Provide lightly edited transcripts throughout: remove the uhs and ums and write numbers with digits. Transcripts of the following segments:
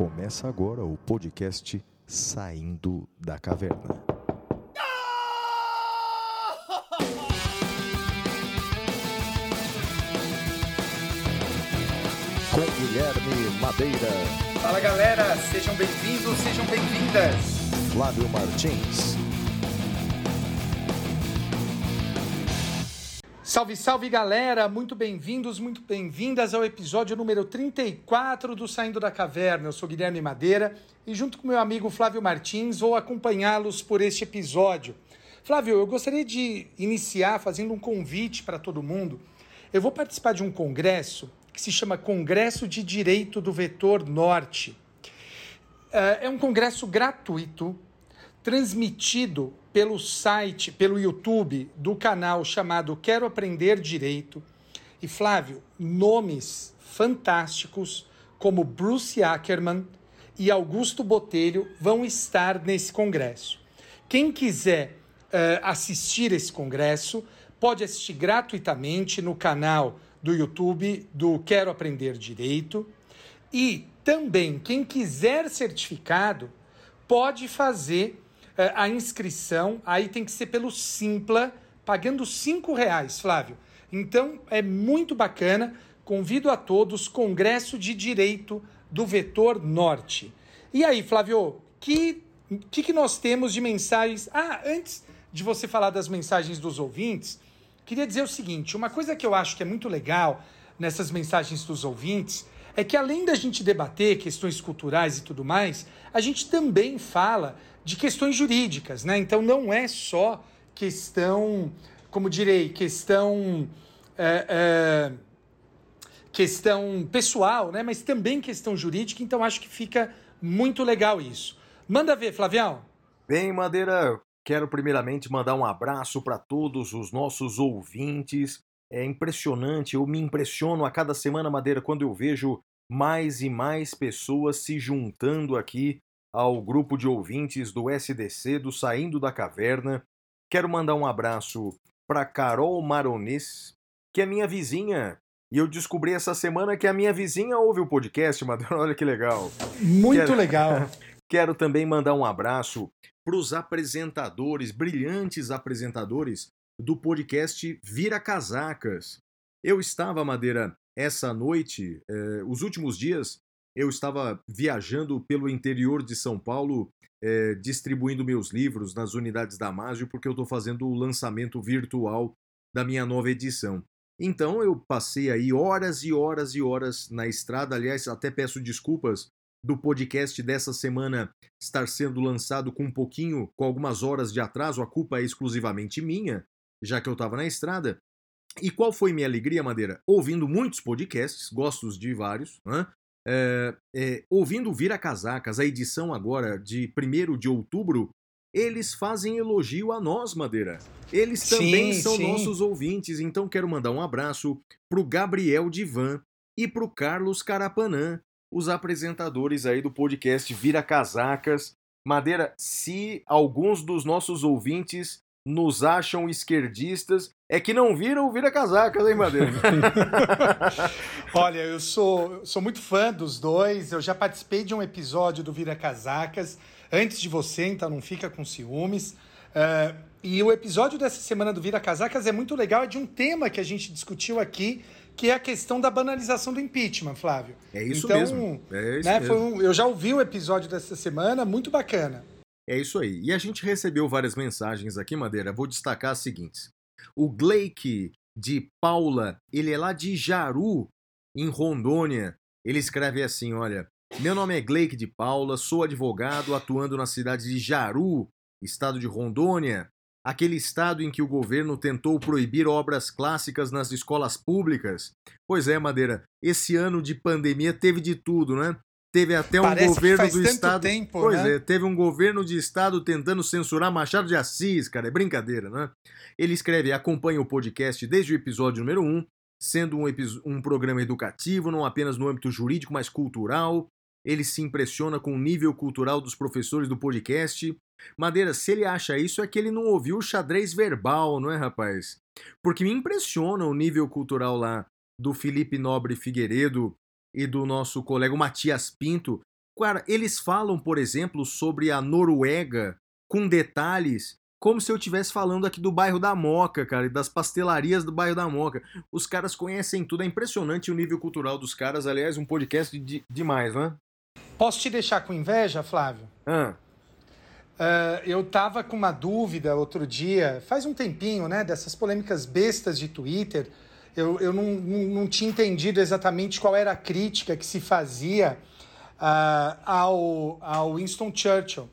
Começa agora o podcast Saindo da Caverna. Com Guilherme Madeira. Fala galera, sejam bem-vindos, sejam bem-vindas. Flávio Martins. Salve, salve galera, muito bem-vindos, muito bem-vindas ao episódio número 34 do Saindo da Caverna. Eu sou Guilherme Madeira e junto com meu amigo Flávio Martins vou acompanhá-los por este episódio. Flávio, eu gostaria de iniciar fazendo um convite para todo mundo. Eu vou participar de um congresso que se chama Congresso de Direito do Vetor Norte. É um congresso gratuito, transmitido pelo site, pelo YouTube do canal chamado Quero Aprender Direito. E Flávio, nomes fantásticos como Bruce Ackerman e Augusto Botelho vão estar nesse congresso. Quem quiser assistir esse congresso pode assistir gratuitamente no canal do YouTube do Quero Aprender Direito. E também, quem quiser certificado, pode fazer a inscrição, aí tem que ser pelo Simpla, pagando R$5, Flávio. Então, é muito bacana. Convido a todos, Congresso de Direito do Vetor Norte. E aí, Flávio, o que nós temos de mensagens? Antes de você falar das mensagens dos ouvintes, queria dizer o seguinte, uma coisa que eu acho que é muito legal nessas mensagens dos ouvintes é que além da gente debater questões culturais e tudo mais, a gente também fala de questões jurídicas, né? Então não é só questão, como direi, questão pessoal, né? Mas também questão jurídica, então acho que fica muito legal isso. Manda ver, Flavião. Bem, Madeira, quero primeiramente mandar um abraço para todos os nossos ouvintes. É impressionante, eu me impressiono a cada semana, Madeira, quando eu vejo mais e mais pessoas se juntando aqui ao grupo de ouvintes do SDC, do Saindo da Caverna. Quero mandar um abraço para Carol Maronês, que é minha vizinha. E eu descobri essa semana que a minha vizinha ouve o podcast, Madeira, olha que legal. Muito legal. Quero também mandar um abraço para os apresentadores, brilhantes apresentadores do podcast Vira Casacas. Eu estava, Madeira, essa noite, os últimos dias, eu estava viajando pelo interior de São Paulo, distribuindo meus livros nas unidades da Damásio, porque eu estou fazendo o lançamento virtual da minha nova edição. Então eu passei aí horas e horas e horas na estrada, aliás, até peço desculpas do podcast dessa semana estar sendo lançado com algumas horas de atraso, a culpa é exclusivamente minha, já que eu estava na estrada. E qual foi minha alegria, Madeira? Ouvindo muitos podcasts, gosto de vários, né? Ouvindo Vira Casacas, a edição agora de 1º de outubro, eles fazem elogio a nós, Madeira. Eles também são nossos ouvintes, então quero mandar um abraço pro Gabriel Divan e pro Carlos Carapanã, os apresentadores aí do podcast Vira Casacas. Madeira, se alguns dos nossos ouvintes nos acham esquerdistas, é que não viram o Vira Casacas, hein, Madeira? Olha, eu sou muito fã dos dois, eu já participei de um episódio do Vira Casacas antes de você, então não fica com ciúmes. E o episódio dessa semana do Vira Casacas é muito legal, é de um tema que a gente discutiu aqui, que é a questão da banalização do impeachment, Flávio. É isso então, mesmo. É isso né, mesmo. eu já ouvi o episódio dessa semana, muito bacana. É isso aí. E a gente recebeu várias mensagens aqui, Madeira. Vou destacar as seguintes. O Gleick de Paula, ele é lá de Jaru, em Rondônia. Ele escreve assim, olha: meu nome é Gleick de Paula, sou advogado atuando na cidade de Jaru, estado de Rondônia, aquele estado em que o governo tentou proibir obras clássicas nas escolas públicas. Pois é, Madeira, esse ano de pandemia teve de tudo, né? Teve até um governo do estado. Tempo, pois né? Teve um governo de estado tentando censurar Machado de Assis, cara, é brincadeira, né? Ele escreve: acompanha o podcast desde o episódio número 1, sendo um programa educativo, não apenas no âmbito jurídico, mas cultural. Ele se impressiona com o nível cultural dos professores do podcast. Madeira, se ele acha isso, é que ele não ouviu o xadrez verbal, não é, rapaz? Porque me impressiona o nível cultural lá do Felipe Nobre Figueiredo e do nosso colega Matias Pinto. Cara, eles falam, por exemplo, sobre a Noruega com detalhes, como se eu estivesse falando aqui do bairro da Moca, cara, e das pastelarias do bairro da Moca. Os caras conhecem tudo, é impressionante o nível cultural dos caras. Aliás, um podcast demais, né? Posso te deixar com inveja, Flávio? Eu tava com uma dúvida outro dia, faz um tempinho, né, dessas polêmicas bestas de Twitter. Eu não tinha entendido exatamente qual era a crítica que se fazia ao Winston Churchill.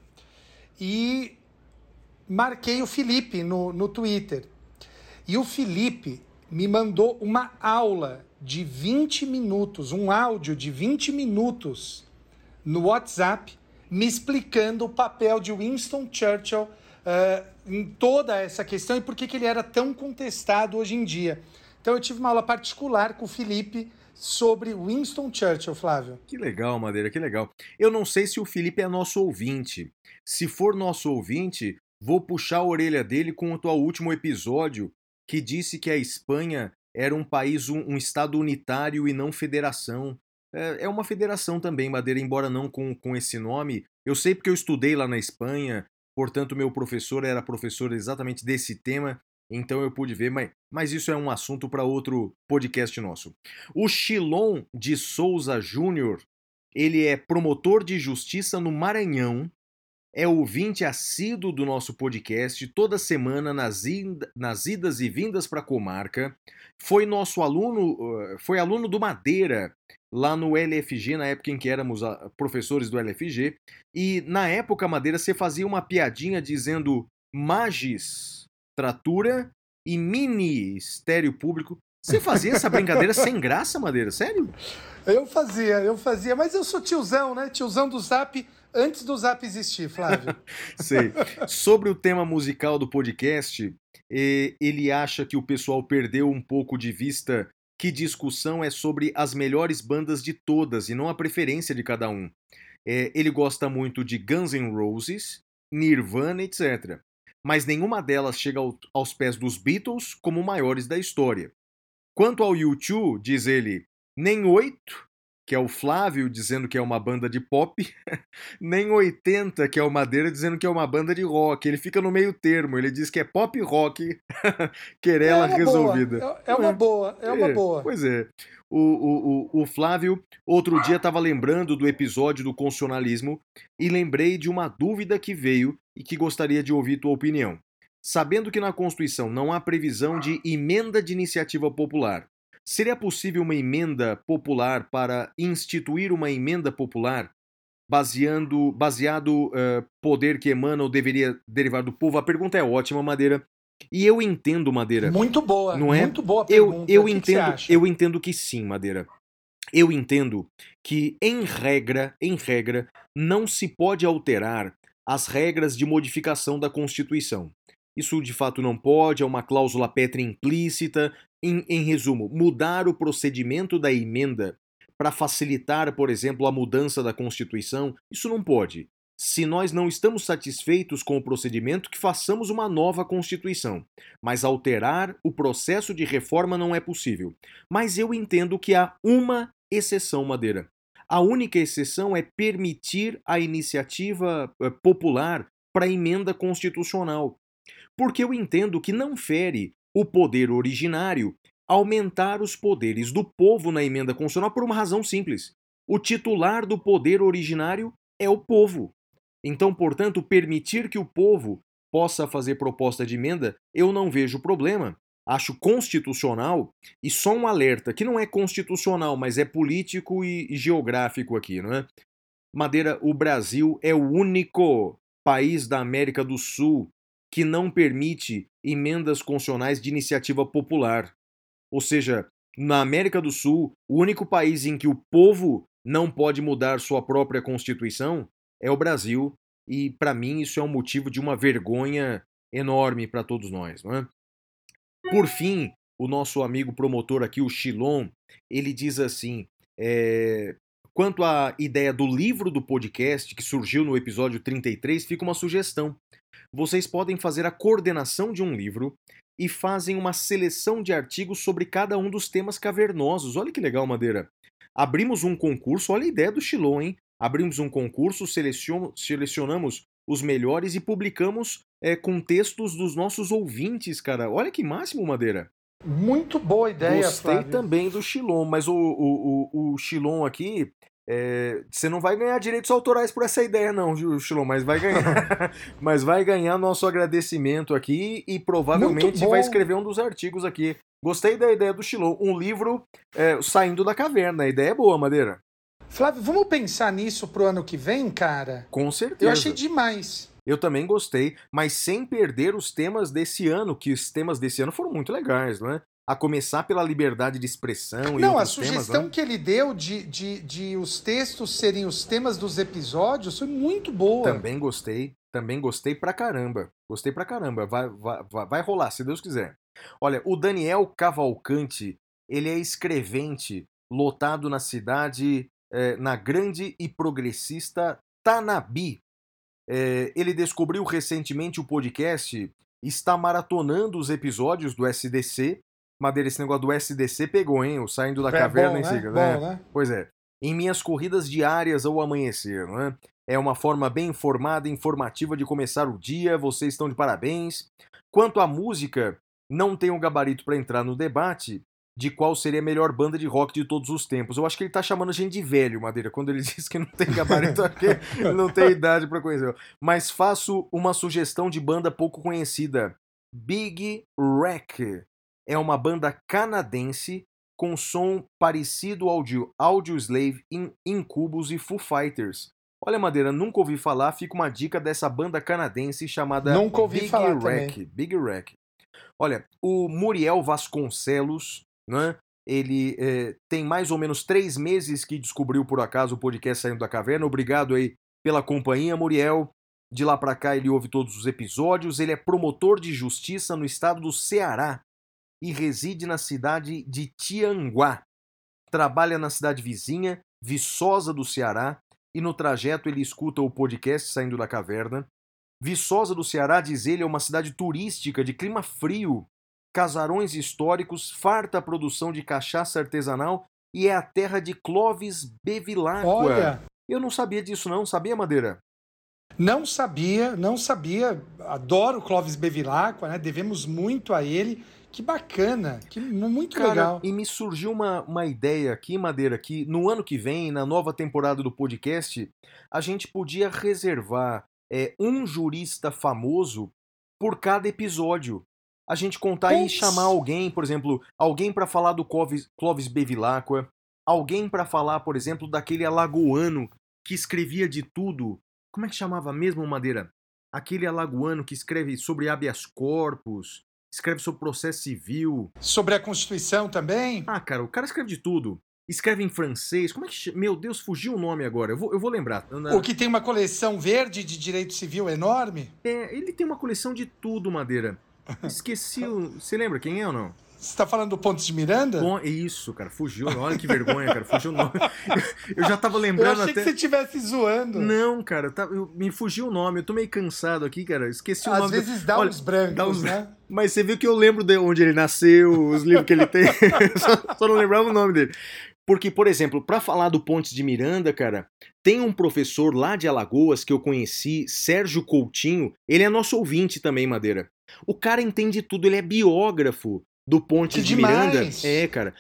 E marquei o Felipe no Twitter. E o Felipe me mandou uma aula de 20 minutos, um áudio de 20 minutos no WhatsApp, me explicando o papel de Winston Churchill em toda essa questão e por que ele era tão contestado hoje em dia. Então eu tive uma aula particular com o Felipe sobre Winston Churchill, Flávio. Que legal, Madeira, que legal. Eu não sei se o Felipe é nosso ouvinte. Se for nosso ouvinte, vou puxar a orelha dele quanto ao último episódio que disse que a Espanha era um país, um estado unitário e não federação. É uma federação também, Madeira, embora não com esse nome. Eu sei porque eu estudei lá na Espanha, portanto meu professor era professor exatamente desse tema, então eu pude ver, mas isso é um assunto para outro podcast nosso. O Chilon de Souza Júnior, ele é promotor de justiça no Maranhão, é ouvinte assíduo do nosso podcast toda semana nas idas e vindas para a comarca. Foi nosso aluno, foi aluno do Madeira lá no LFG, na época em que éramos professores do LFG. E na época, Madeira, você fazia uma piadinha dizendo magistratura e ministério público. Você fazia essa brincadeira sem graça, Madeira? Sério? Eu fazia, mas eu sou tiozão, né? Tiozão do Zap antes do Zap existir, Flávio. Sei. Sobre o tema musical do podcast, ele acha que o pessoal perdeu um pouco de vista que discussão é sobre as melhores bandas de todas e não a preferência de cada um. Ele gosta muito de Guns N' Roses, Nirvana, etc. Mas nenhuma delas chega aos pés dos Beatles como maiores da história. Quanto ao U2, diz ele, nem 8, que é o Flávio dizendo que é uma banda de pop, nem 80, que é o Madeira dizendo que é uma banda de rock. Ele fica no meio termo, ele diz que é pop rock, querela resolvida. É uma boa. Pois é. O Flávio, outro dia estava lembrando do episódio do constitucionalismo e lembrei de uma dúvida que veio e que gostaria de ouvir tua opinião. Sabendo que na Constituição não há previsão de emenda de iniciativa popular, seria possível uma emenda popular para instituir uma emenda popular baseado poder que emana ou deveria derivar do povo? A pergunta é ótima, Madeira. E eu entendo, Madeira. Muito boa, não é? Muito boa pergunta. Eu entendo que sim, Madeira. Eu entendo que, em regra, não se pode alterar as regras de modificação da Constituição. Isso de fato não pode, é uma cláusula pétrea implícita. Em resumo, mudar o procedimento da emenda para facilitar, por exemplo, a mudança da Constituição, isso não pode. Se nós não estamos satisfeitos com o procedimento, que façamos uma nova Constituição. Mas alterar o processo de reforma não é possível. Mas eu entendo que há uma exceção, Madeira. A única exceção é permitir a iniciativa popular para a emenda constitucional. Porque eu entendo que não fere o poder originário aumentar os poderes do povo na emenda constitucional por uma razão simples. O titular do poder originário é o povo. Então, portanto, permitir que o povo possa fazer proposta de emenda, eu não vejo problema. Acho constitucional, e só um alerta, que não é constitucional, mas é político e geográfico aqui, não é? Madeira, o Brasil é o único país da América do Sul que não permite emendas constitucionais de iniciativa popular. Ou seja, na América do Sul, o único país em que o povo não pode mudar sua própria Constituição é o Brasil, e para mim isso é um motivo de uma vergonha enorme para todos nós, não é? Por fim, o nosso amigo promotor aqui, o Chilon, ele diz assim, quanto à ideia do livro do podcast, que surgiu no episódio 33, fica uma sugestão. Vocês podem fazer a coordenação de um livro e fazem uma seleção de artigos sobre cada um dos temas cavernosos. Olha que legal, Madeira. Abrimos um concurso, olha a ideia do Chilon, hein? abrimos um concurso, selecionamos os melhores e publicamos com textos dos nossos ouvintes, cara. Olha que máximo, Madeira. Muito boa ideia, Gostei Flávio. também do Shilon, mas o Shilon aqui, você não vai ganhar direitos autorais por essa ideia não, Shilon, mas vai ganhar, mas vai ganhar nosso agradecimento aqui e provavelmente vai escrever um dos artigos aqui. Gostei da ideia do Shilon, um livro saindo da caverna, a ideia é boa, Madeira. Flávio, vamos pensar nisso pro ano que vem, cara? Com certeza. Eu achei demais. Eu também gostei, mas sem perder os temas desse ano, que os temas desse ano foram muito legais, não é? A começar pela liberdade de expressão e Não, a outros temas, sugestão né? que ele deu de os textos serem os temas dos episódios foi muito boa. Também gostei pra caramba. Gostei pra caramba, vai rolar, se Deus quiser. Olha, o Daniel Cavalcante, ele é escrevente, lotado na cidade, na grande e progressista Tanabi. Ele descobriu recentemente o podcast, está maratonando os episódios do SDC. Madeira, esse negócio do SDC pegou, hein? O Saindo da Caverna bom, em né? Siga, Bom, né? Pois é. Em minhas corridas diárias ao amanhecer, não é? É uma forma bem informada e informativa de começar o dia, vocês estão de parabéns. Quanto à música, não tenho gabarito para entrar no debate de qual seria a melhor banda de rock de todos os tempos. Eu acho que ele tá chamando a gente de velho, Madeira, quando ele diz que não tem gabarito, aqui, ele não tem idade para conhecer. Mas faço uma sugestão de banda pouco conhecida. Big Wreck é uma banda canadense com som parecido ao de Audioslave, Incubus e Foo Fighters. Olha, Madeira, nunca ouvi falar, fica uma dica dessa banda canadense chamada Nunca ouvi Big falar Wreck. também. Big Wreck. Olha, o Muriel Vasconcelos, né? Ele tem mais ou menos 3 meses que descobriu por acaso o podcast Saindo da Caverna. Obrigado aí pela companhia, Muriel. De lá pra cá ele ouve todos os episódios. Ele é promotor de justiça no estado do Ceará e reside na cidade de Tianguá. Trabalha na cidade vizinha, Viçosa do Ceará, e no trajeto ele escuta o podcast Saindo da Caverna. Viçosa do Ceará, diz ele, é uma cidade turística de clima frio, casarões históricos, farta produção de cachaça artesanal e é a terra de Clovis Bevilacqua. Olha, eu não sabia disso não, sabia, Madeira? Não sabia. Adoro o Clovis Bevilacqua, né? Devemos muito a ele. Que bacana, muito Cara, legal. E me surgiu uma ideia aqui, Madeira, que no ano que vem, na nova temporada do podcast, a gente podia reservar um jurista famoso por cada episódio. A gente contar e chamar alguém, por exemplo, alguém para falar do Clovis Bevilacqua, alguém para falar, por exemplo, daquele alagoano que escrevia de tudo. Como é que chamava mesmo, Madeira? Aquele alagoano que escreve sobre habeas corpus, escreve sobre processo civil. Sobre a Constituição também? Ah, cara, o cara escreve de tudo. Escreve em francês. Como é que... Meu Deus, fugiu o nome agora. Eu vou lembrar. O que tem uma coleção verde de direito civil enorme? Ele tem uma coleção de tudo, Madeira. Esqueci o... Você lembra quem é ou não? Você tá falando do Pontes de Miranda? Isso, cara, fugiu. Olha que vergonha, cara, fugiu o nome. Eu já tava lembrando Eu achei até... que você estivesse zoando. Não, cara, me fugiu o nome. Eu tô meio cansado aqui, cara. Esqueci o nome. Às vezes dá uns brancos, né? Mas você viu que eu lembro de onde ele nasceu, os livros que ele tem. só não lembrava o nome dele. Porque, por exemplo, para falar do Pontes de Miranda, cara, tem um professor lá de Alagoas que eu conheci, Sérgio Coutinho. Ele é nosso ouvinte também, Madeira. O cara entende tudo, ele é biógrafo do Pontes de Miranda. Cara.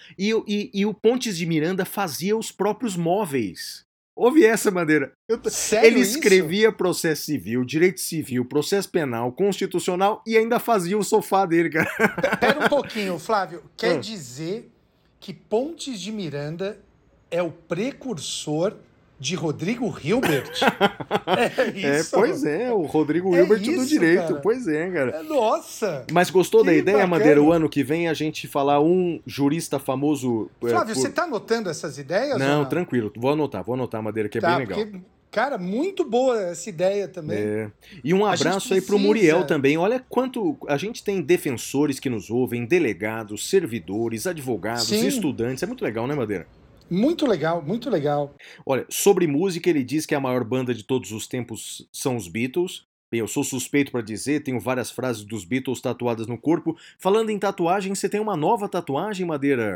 E o Pontes de Miranda fazia os próprios móveis. Ouve essa, Madeira. Sério ele escrevia isso? processo civil, direito civil, processo penal, constitucional e ainda fazia o sofá dele, cara. Pera um pouquinho, Flávio. Quer dizer que Pontes de Miranda é o precursor de Rodrigo Hilbert? É isso? Pois é, o Rodrigo Hilbert do direito. Cara. Pois é, cara. Nossa! Mas gostou da ideia, bacana. Madeira? O ano que vem a gente falar um jurista famoso... Flávio, você tá anotando essas ideias? Não, tranquilo. Vou anotar, Madeira, que é bem legal. Porque, cara, muito boa essa ideia também. E um abraço aí pro Muriel também. Olha quanto a gente tem defensores que nos ouvem, delegados, servidores, advogados, estudantes. É muito legal, né, Madeira? Muito legal, muito legal. Olha, sobre música, ele diz que a maior banda de todos os tempos são os Beatles. Bem, eu sou suspeito pra dizer, tenho várias frases dos Beatles tatuadas no corpo. Falando em tatuagem, você tem uma nova tatuagem, Madeira?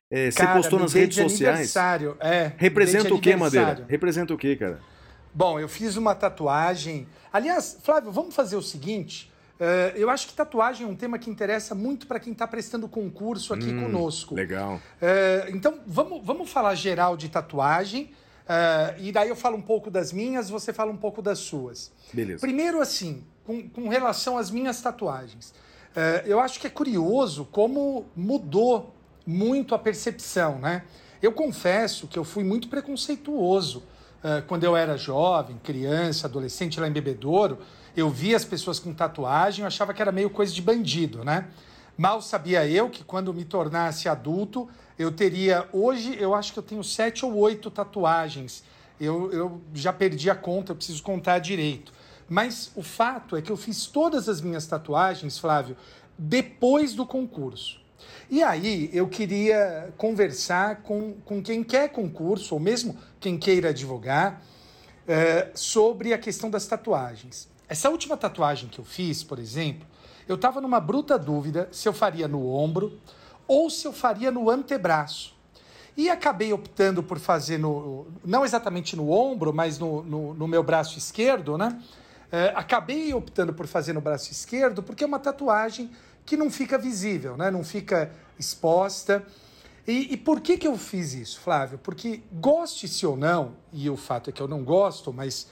Você postou nas redes sociais. Representa o que, Madeira? Representa o que, cara? Bom, eu fiz uma tatuagem. Aliás, Flávio, vamos fazer o seguinte. Eu acho que tatuagem é um tema que interessa muito para quem está prestando concurso aqui conosco. Legal. Então, vamos falar geral de tatuagem. E daí eu falo um pouco das minhas, você fala um pouco das suas. Beleza. Primeiro, assim, com relação às minhas tatuagens. Eu acho que é curioso como mudou muito a percepção, né? Eu confesso que eu fui muito preconceituoso quando eu era jovem, criança, adolescente lá em Bebedouro. Eu via as pessoas com tatuagem, eu achava que era meio coisa de bandido, né? Mal sabia eu que quando me tornasse adulto, eu teria... Hoje, eu acho que eu tenho 7 ou 8 tatuagens. Eu já perdi a conta, eu preciso contar direito. Mas o fato é que eu fiz todas as minhas tatuagens, Flávio, depois do concurso. E aí eu queria conversar com quem quer concurso, ou mesmo quem queira advogar, sobre a questão das tatuagens. Essa última tatuagem que eu fiz, por exemplo, eu estava numa bruta dúvida se eu faria no ombro ou se eu faria no antebraço. E acabei optando por fazer não exatamente no ombro, mas no meu braço esquerdo, né? Acabei optando por fazer no braço esquerdo porque é uma tatuagem que não fica visível, né? Não fica exposta. E por que eu fiz isso, Flávio? Porque, goste-se ou não, e o fato é que eu não gosto, mas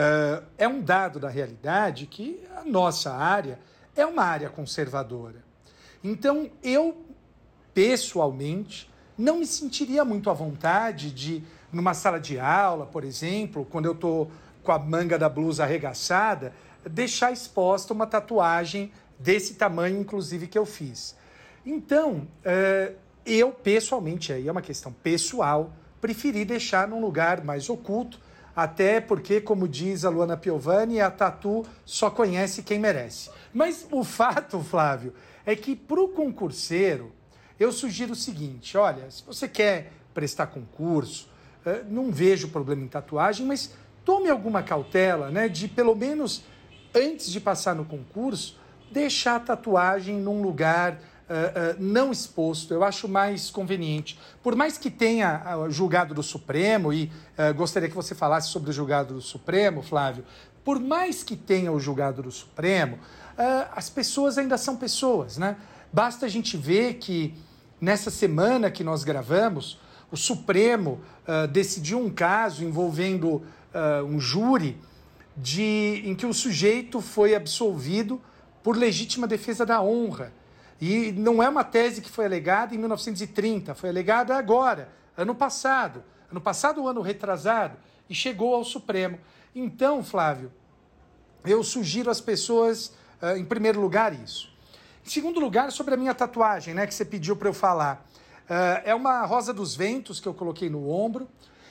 é um dado da realidade que a nossa área é uma área conservadora. Então, eu, pessoalmente, não me sentiria muito à vontade de, numa sala de aula, por exemplo, quando eu estou com a manga da blusa arregaçada, deixar exposta uma tatuagem desse tamanho, inclusive, que eu fiz. Então, eu, pessoalmente, aí é uma questão pessoal, preferi deixar num lugar mais oculto, até porque, como diz a Luana Piovani, a tatu só conhece quem merece. Mas o fato, Flávio, é que para o concurseiro, eu sugiro o seguinte, olha, se você quer prestar concurso, não vejo problema em tatuagem, mas tome alguma cautela, né, de pelo menos, antes de passar no concurso, deixar a tatuagem num lugar não exposto. Eu acho mais conveniente. Por mais que tenha julgado do Supremo, e gostaria que você falasse sobre o julgado do Supremo, Flávio, por mais que tenha o julgado do Supremo, as pessoas ainda são pessoas, né? Basta a gente ver que nessa semana que nós gravamos, o Supremo decidiu um caso envolvendo um júri em que o sujeito foi absolvido por legítima defesa da honra. E não é uma tese que foi alegada em 1930, foi alegada agora, ano passado ou ano retrasado, e chegou ao Supremo. Então, Flávio, eu sugiro às pessoas, em primeiro lugar, isso. Em segundo lugar, sobre a minha tatuagem, né, que você pediu para eu falar. É uma rosa dos ventos que eu coloquei no ombro,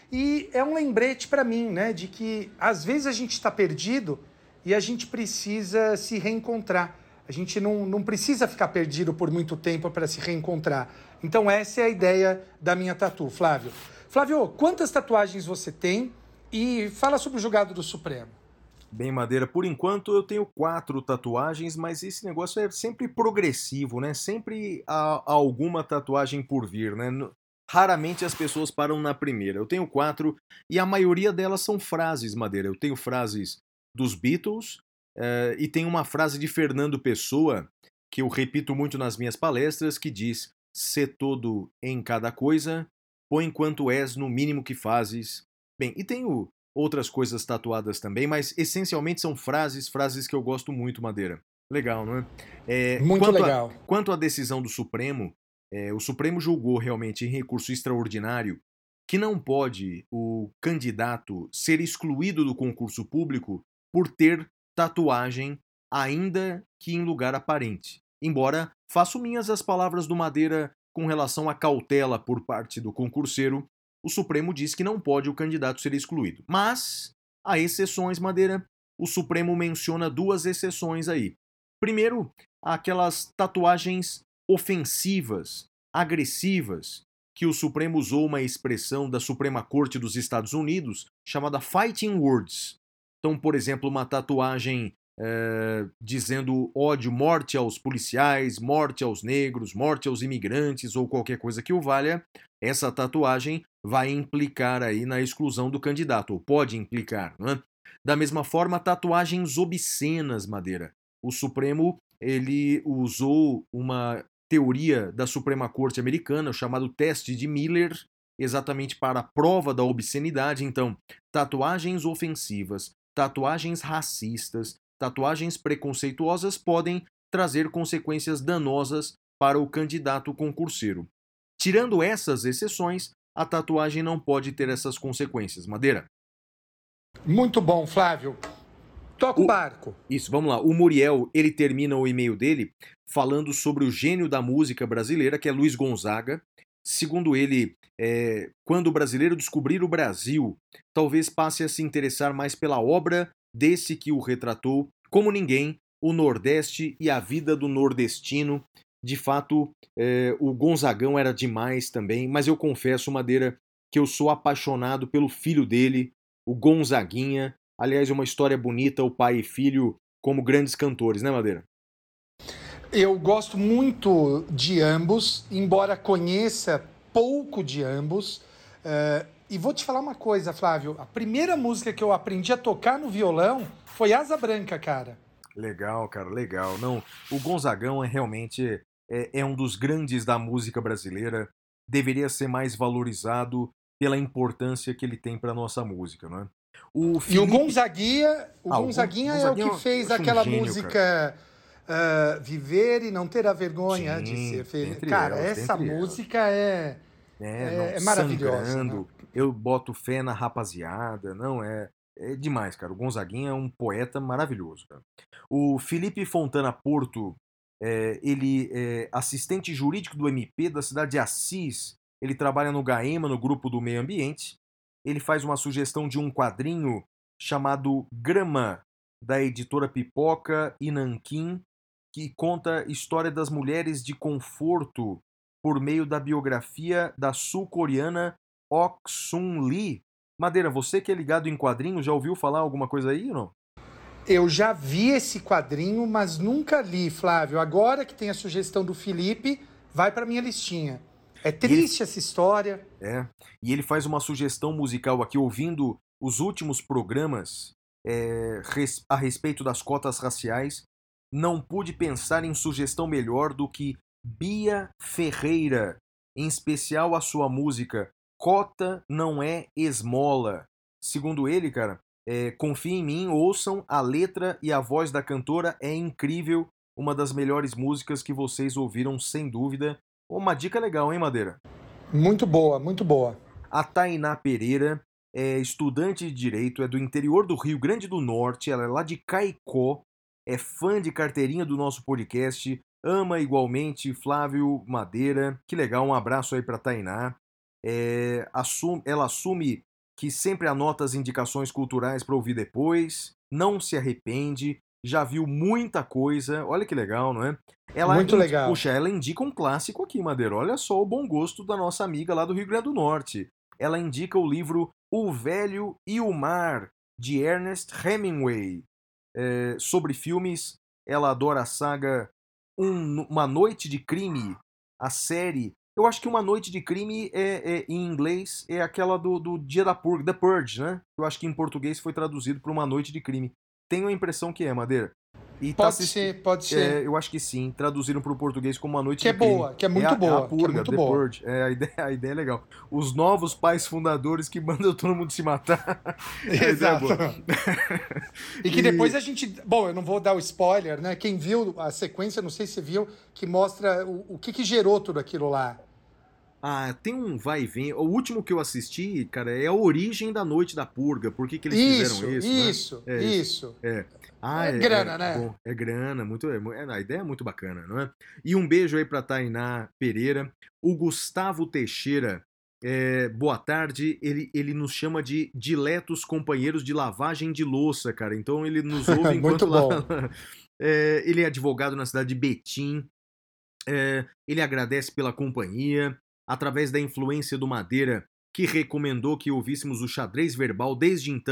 e é um lembrete para mim, né, de que às vezes a gente está perdido e a gente precisa se reencontrar. A gente não precisa ficar perdido por muito tempo para se reencontrar. Então essa é a ideia da minha tatu, Flávio. Flávio, quantas tatuagens você tem? E fala sobre o julgado do Supremo. Bem, Madeira, por enquanto eu tenho 4 tatuagens, mas esse negócio é sempre progressivo, né? Sempre há alguma tatuagem por vir, né? Raramente as pessoas param na primeira. Eu tenho 4 e a maioria delas são frases, Madeira. Eu tenho frases dos Beatles e tem uma frase de Fernando Pessoa que eu repito muito nas minhas palestras que diz: "Sê todo em cada coisa, põe quanto és no mínimo que fazes." Bem, e tenho outras coisas tatuadas também, mas essencialmente são frases que eu gosto muito, Madeira. Legal, não é? Muito legal. Quanto à decisão do Supremo, o Supremo julgou realmente em recurso extraordinário que não pode o candidato ser excluído do concurso público por ter tatuagem, ainda que em lugar aparente. Embora faço minhas as palavras do Madeira com relação à cautela por parte do concurseiro, o Supremo diz que não pode o candidato ser excluído. Mas há exceções, Madeira. O Supremo menciona 2 exceções aí. Primeiro, aquelas tatuagens ofensivas, agressivas, que o Supremo usou uma expressão da Suprema Corte dos Estados Unidos chamada fighting words. Então, por exemplo, uma tatuagem dizendo ódio, morte aos policiais, morte aos negros, morte aos imigrantes ou qualquer coisa que o valha, essa tatuagem vai implicar aí na exclusão do candidato, ou pode implicar, né? Da mesma forma, tatuagens obscenas, Madeira. O Supremo, ele usou uma teoria da Suprema Corte Americana, chamado teste de Miller, exatamente para a prova da obscenidade. Então, tatuagens ofensivas, tatuagens racistas, tatuagens preconceituosas podem trazer consequências danosas para o candidato concurseiro. Tirando essas exceções, a tatuagem não pode ter essas consequências. Madeira? Muito bom, Flávio. Toca o barco. Isso, vamos lá. O Muriel, ele termina o e-mail dele falando sobre o gênio da música brasileira, que é Luiz Gonzaga. Segundo ele, quando o brasileiro descobrir o Brasil, talvez passe a se interessar mais pela obra desse que o retratou como ninguém, o Nordeste e a vida do nordestino. De fato, o Gonzagão era demais também, mas eu confesso, Madeira, que eu sou apaixonado pelo filho dele, o Gonzaguinha. Aliás, é uma história bonita, o pai e filho como grandes cantores, né, Madeira? Eu gosto muito de ambos, embora conheça pouco de ambos. E vou te falar uma coisa, Flávio. A primeira música que eu aprendi a tocar no violão foi Asa Branca, cara. Legal, cara, legal. Não, o Gonzagão realmente um dos grandes da música brasileira. Deveria ser mais valorizado pela importância que ele tem para nossa música, não é? E o Gonzaguinha, Gonzaguinha é o que fez aquela música Viver e Não Ter a Vergonha de Ser Feliz. Cara, essa música é maravilhosa. Né? Eu boto fé na rapaziada, não é demais, cara. O Gonzaguinha é um poeta maravilhoso, cara. O Felipe Fontana Porto, ele é assistente jurídico do MP da cidade de Assis. Ele trabalha no GAEMA, no grupo do meio ambiente. Ele faz uma sugestão de um quadrinho chamado Grama, da editora Pipoca e Nanquim, que conta a história das mulheres de conforto por meio da biografia da sul-coreana Ok Sun Lee. Madeira, você que é ligado em quadrinhos, já ouviu falar alguma coisa aí ou não? Eu já vi esse quadrinho, mas nunca li, Flávio. Agora que tem a sugestão do Felipe, vai para minha listinha. É triste essa história. E ele faz uma sugestão musical aqui, ouvindo os últimos programas a respeito das cotas raciais. Não pude pensar em sugestão melhor do que Bia Ferreira, em especial a sua música Cota Não É Esmola. Segundo ele, cara, confia em mim, ouçam, a letra e a voz da cantora é incrível, uma das melhores músicas que vocês ouviram, sem dúvida. Uma dica legal, hein, Madeira? Muito boa, muito boa. A Tainá Pereira é estudante de Direito, é do interior do Rio Grande do Norte, ela é lá de Caicó, é fã de carteirinha do nosso podcast, ama igualmente Flávio Madeira. Que legal, um abraço aí pra Tainá. Ela assume que sempre anota as indicações culturais para ouvir depois, não se arrepende, já viu muita coisa, olha que legal, não é? Muito legal. Puxa, ela indica um clássico aqui, Madeira, olha só o bom gosto da nossa amiga lá do Rio Grande do Norte. Ela indica o livro O Velho e o Mar, de Ernest Hemingway. Sobre filmes, ela adora a saga Uma Noite de Crime, a série. Eu acho que Uma Noite de Crime em inglês é aquela do Dia da Purga, The Purge, né? Eu acho que em português foi traduzido por Uma Noite de Crime. Tenho a impressão que Madeira. E pode ser. Eu acho que sim. Traduziram para o português como Uma Noite de Crime. Que é boa, que é muito boa. A Purga, The Purge. A ideia é legal. Os novos pais fundadores que mandam todo mundo se matar. Exato. E que depois a gente... Bom, eu não vou dar o spoiler, né? Quem viu a sequência, não sei se viu, que mostra o que gerou tudo aquilo lá. Tem um vai e vem. O último que eu assisti, cara, é a origem da Noite da Purga. Por que eles fizeram isso? Isso. Grana, né? Bom, é grana, a ideia é muito bacana, não é? E um beijo aí pra Tainá Pereira. O Gustavo Teixeira, boa tarde. Ele nos chama de diletos companheiros de lavagem de louça, cara. Então ele nos ouve enquanto ele é advogado na cidade de Betim. Ele agradece pela companhia. Através da influência do Madeira, que recomendou que ouvíssemos o Xadrez Verbal, desde então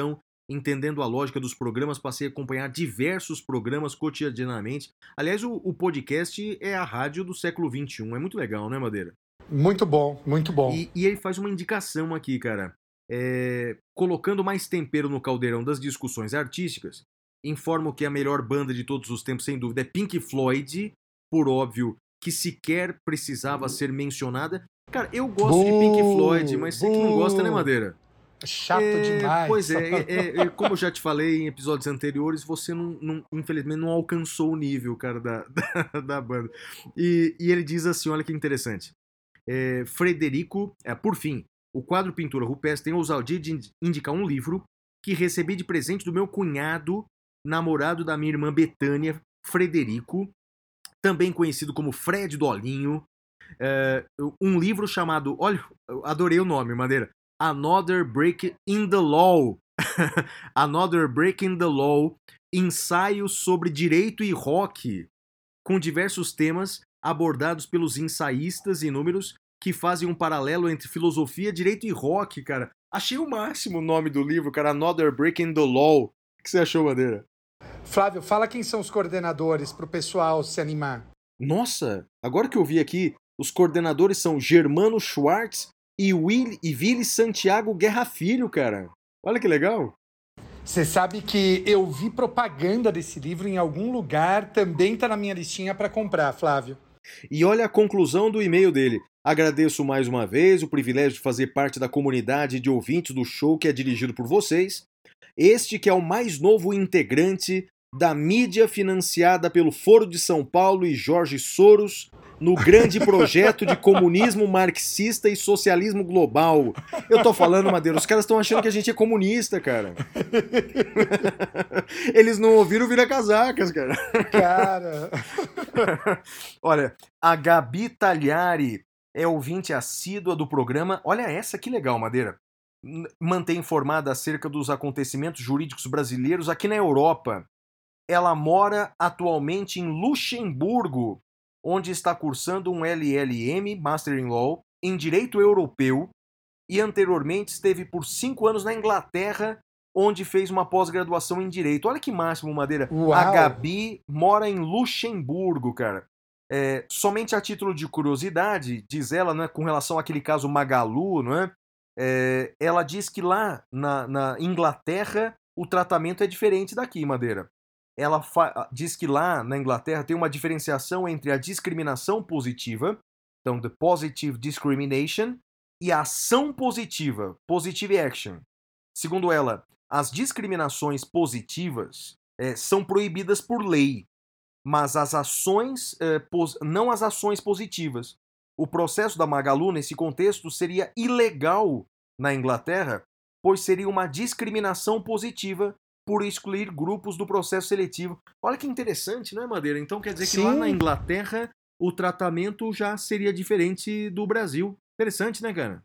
entendendo a lógica dos programas, passei a acompanhar diversos programas cotidianamente. Aliás, o podcast é a rádio do século XXI, é muito legal, né, Madeira? Muito bom, muito bom. E ele faz uma indicação aqui, cara. Colocando mais tempero no caldeirão das discussões artísticas, informo que a melhor banda de todos os tempos, sem dúvida, é Pink Floyd, por óbvio que sequer precisava ser mencionada. Cara, eu gosto de Pink Floyd, mas você que não gosta, né, Madeira? Chato demais. Pois é, como eu já te falei em episódios anteriores, você infelizmente não alcançou o nível, cara, da banda. E ele diz assim, olha que interessante. Frederico, por fim, o quadro Pintura Rupestre tem a ousadia de indicar um livro que recebi de presente do meu cunhado, namorado da minha irmã Betânia, Frederico, também conhecido como Fred Dolinho. Um livro chamado, olha, adorei o nome, Madeira, Another Break in the Law. Another Break in the Law, ensaio sobre direito e rock, com diversos temas abordados pelos ensaístas inúmeros que fazem um paralelo entre filosofia, direito e rock, cara. Achei o máximo o nome do livro, cara, Another Break in the Law. O que você achou, Madeira? Flávio, fala quem são os coordenadores pro pessoal se animar. Nossa, agora que eu vi aqui, os coordenadores são Germano Schwartz e Willy Santiago Guerra Filho, cara. Olha que legal. Você sabe que eu vi propaganda desse livro em algum lugar, também tá na minha listinha para comprar, Flávio. E olha a conclusão do e-mail dele. Agradeço mais uma vez o privilégio de fazer parte da comunidade de ouvintes do show que é dirigido por vocês. Este que é o mais novo integrante da mídia financiada pelo Foro de São Paulo e Jorge Soros no grande projeto de comunismo marxista e socialismo global. Eu tô falando, Madeira, os caras estão achando que a gente é comunista, cara. Eles não ouviram Vira Casacas, cara. Cara. Olha, a Gabi Tagliari é ouvinte assídua do programa. Olha essa, que legal, Madeira. Mantém informada acerca dos acontecimentos jurídicos brasileiros aqui na Europa. Ela mora atualmente em Luxemburgo, onde está cursando um LLM, Master in Law, em Direito Europeu, e anteriormente esteve por 5 anos na Inglaterra, onde fez uma pós-graduação em Direito. Olha que máximo, Madeira. Uau. A Gabi mora em Luxemburgo, cara. Somente a título de curiosidade, diz ela, né, com relação àquele caso Magalu, não é? Ela diz que lá na Inglaterra o tratamento é diferente daqui, Madeira. Ela diz que lá na Inglaterra tem uma diferenciação entre a discriminação positiva, então the positive discrimination, e a ação positiva, positive action. Segundo ela, as discriminações positivas são proibidas por lei, mas as ações, não as ações positivas. O processo da Magalu, nesse contexto, seria ilegal na Inglaterra, pois seria uma discriminação positiva por excluir grupos do processo seletivo. Olha que interessante, não é, Madeira? Então quer dizer que lá na Inglaterra o tratamento já seria diferente do Brasil. Interessante, né, cara?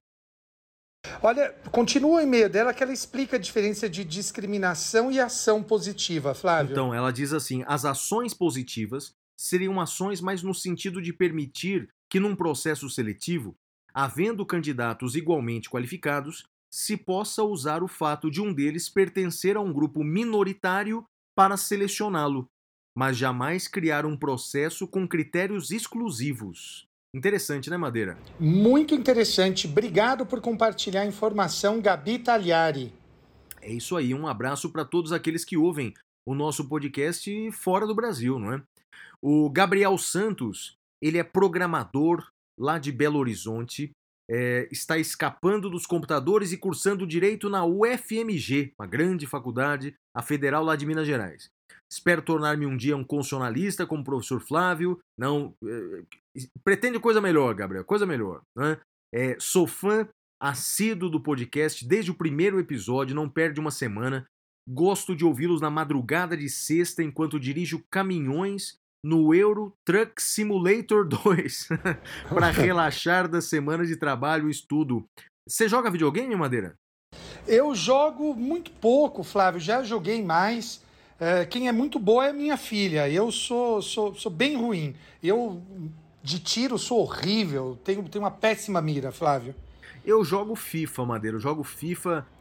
Olha, continua o e-mail dela que ela explica a diferença de discriminação e ação positiva, Flávio. Então, ela diz assim, as ações positivas seriam ações mais no sentido de permitir que num processo seletivo, havendo candidatos igualmente qualificados, se possa usar o fato de um deles pertencer a um grupo minoritário para selecioná-lo, mas jamais criar um processo com critérios exclusivos. Interessante, né, Madeira? Muito interessante. Obrigado por compartilhar a informação, Gabi Tagliari. É isso aí, um abraço para todos aqueles que ouvem o nosso podcast fora do Brasil, não é? O Gabriel Santos, ele é programador lá de Belo Horizonte, está escapando dos computadores e cursando Direito na UFMG, uma grande faculdade, a federal lá de Minas Gerais. Espero tornar-me um dia um constitucionalista como o professor Flávio. Não, pretende coisa melhor, Gabriel, coisa melhor. Né? Sou fã assíduo do podcast desde o primeiro episódio, não perde uma semana. Gosto de ouvi-los na madrugada de sexta enquanto dirijo caminhões no Euro Truck Simulator 2 para relaxar da semana de trabalho e estudo. Você joga videogame, Madeira? Eu jogo muito pouco, Flávio. Já joguei mais. Quem é muito boa é minha filha. Eu sou bem ruim. Eu, de tiro, sou horrível. Tenho uma péssima mira, Flávio. Eu jogo FIFA, Madeira. Eu jogo FIFA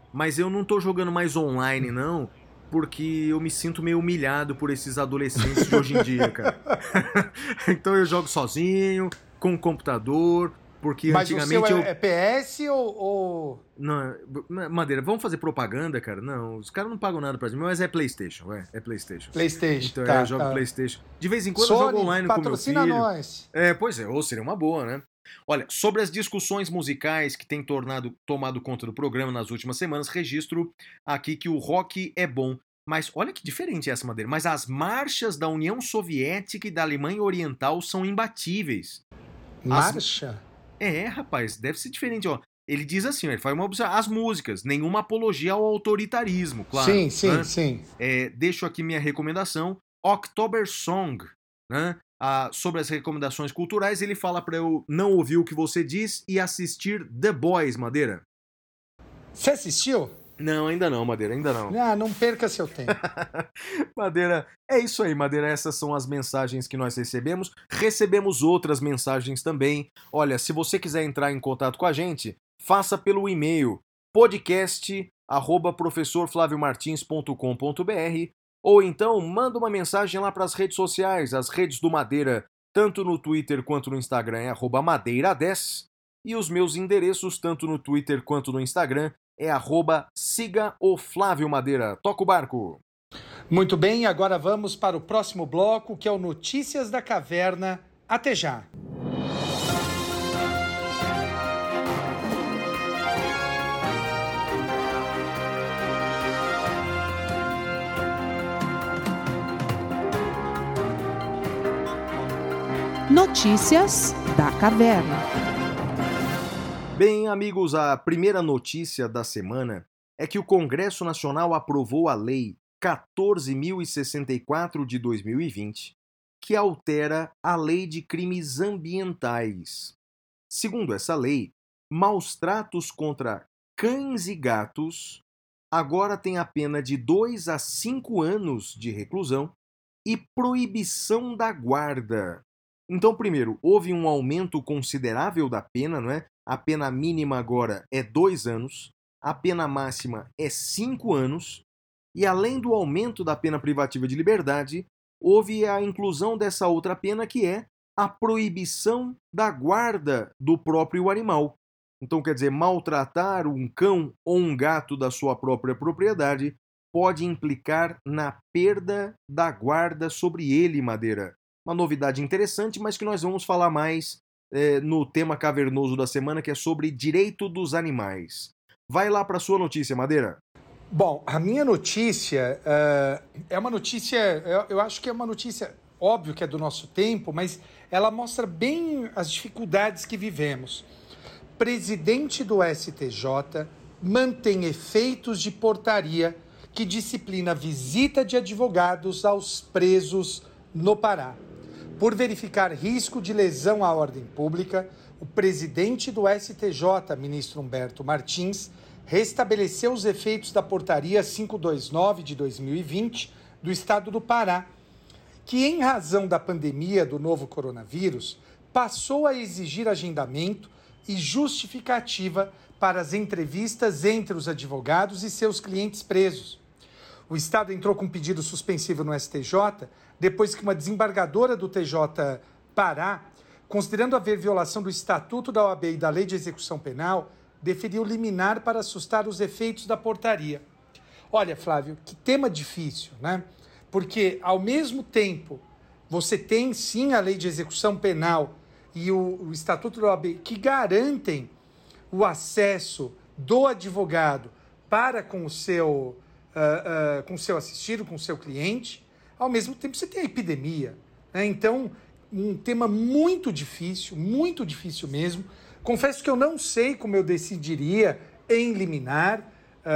mas eu não tô jogando mais online, não, porque eu me sinto meio humilhado por esses adolescentes de hoje em dia, cara. Então eu jogo sozinho, com o computador, porque Mas o seu antigamente eu... é PS ou... Não, Madeira, vamos fazer propaganda, cara? Não, os caras não pagam nada pra gente, mas é PlayStation, é PlayStation. PlayStation, Então tá, eu jogo tá. PlayStation. De vez em quando eu jogo online com meu patrocina filho. nós. Pois é, ou seria uma boa, né? Olha, sobre as discussões musicais que têm tomado conta do programa nas últimas semanas, registro aqui que o rock é bom. Mas olha que diferente essa, Madeira. Mas as marchas da União Soviética e da Alemanha Oriental são imbatíveis. Marcha? Rapaz, deve ser diferente, ó. Ele diz assim, ó, ele faz uma observação. As músicas, nenhuma apologia ao autoritarismo, claro. Sim, sim, né? sim. Deixo aqui minha recomendação, October Song, né? Sobre as recomendações culturais, ele fala para eu não ouvir o que você diz e assistir The Boys, Madeira. Você assistiu? Não, ainda não, Madeira, ainda não. Ah, não perca seu tempo. Madeira, é isso aí, Madeira. Essas são as mensagens que nós recebemos. Recebemos outras mensagens também. Olha, se você quiser entrar em contato com a gente, faça pelo e-mail podcast@professorflaviomartins.com.br ou então manda uma mensagem lá para as redes sociais, as redes do Madeira, tanto no Twitter quanto no Instagram é @madeira10 e os meus endereços, tanto no Twitter quanto no Instagram, é @siga o Flávio Madeira. Toca o barco! Muito bem, agora vamos para o próximo bloco, que é o Notícias da Caverna. Até já! Notícias da Caverna. Bem, amigos, a primeira notícia da semana é que o Congresso Nacional aprovou a Lei 14.064 de 2020, que altera a Lei de Crimes Ambientais. Segundo essa lei, maus tratos contra cães e gatos agora têm a pena de 2 a 5 anos de reclusão e proibição da guarda. Então, primeiro, houve um aumento considerável da pena, não é? A pena mínima agora é 2 anos, a pena máxima é 5 anos, e além do aumento da pena privativa de liberdade, houve a inclusão dessa outra pena que é a proibição da guarda do próprio animal. Então, quer dizer, maltratar um cão ou um gato da sua própria propriedade pode implicar na perda da guarda sobre ele, Madeira. Uma novidade interessante, mas que nós vamos falar mais no tema cavernoso da semana, que é sobre direito dos animais. Vai lá para a sua notícia, Madeira. Bom, a minha notícia é uma notícia, eu acho que é uma notícia, óbvio que é do nosso tempo, mas ela mostra bem as dificuldades que vivemos. Presidente do STJ mantém efeitos de portaria que disciplina visita de advogados aos presos no Pará. Por verificar risco de lesão à ordem pública, o presidente do STJ, ministro Humberto Martins, restabeleceu os efeitos da portaria 529 de 2020 do estado do Pará, que, em razão da pandemia do novo coronavírus, passou a exigir agendamento e justificativa para as entrevistas entre os advogados e seus clientes presos. O Estado entrou com um pedido suspensivo no STJ depois que uma desembargadora do TJ Pará, considerando haver violação do Estatuto da OAB e da Lei de Execução Penal, deferiu liminar para assustar os efeitos da portaria. Olha, Flávio, que tema difícil, né? Porque, ao mesmo tempo, você tem, sim, a Lei de Execução Penal e o Estatuto da OAB que garantem o acesso do advogado para com o seu assistido, com o seu cliente. Ao mesmo tempo, você tem a epidemia, né? Então, um tema muito difícil mesmo. Confesso que eu não sei como eu decidiria em liminar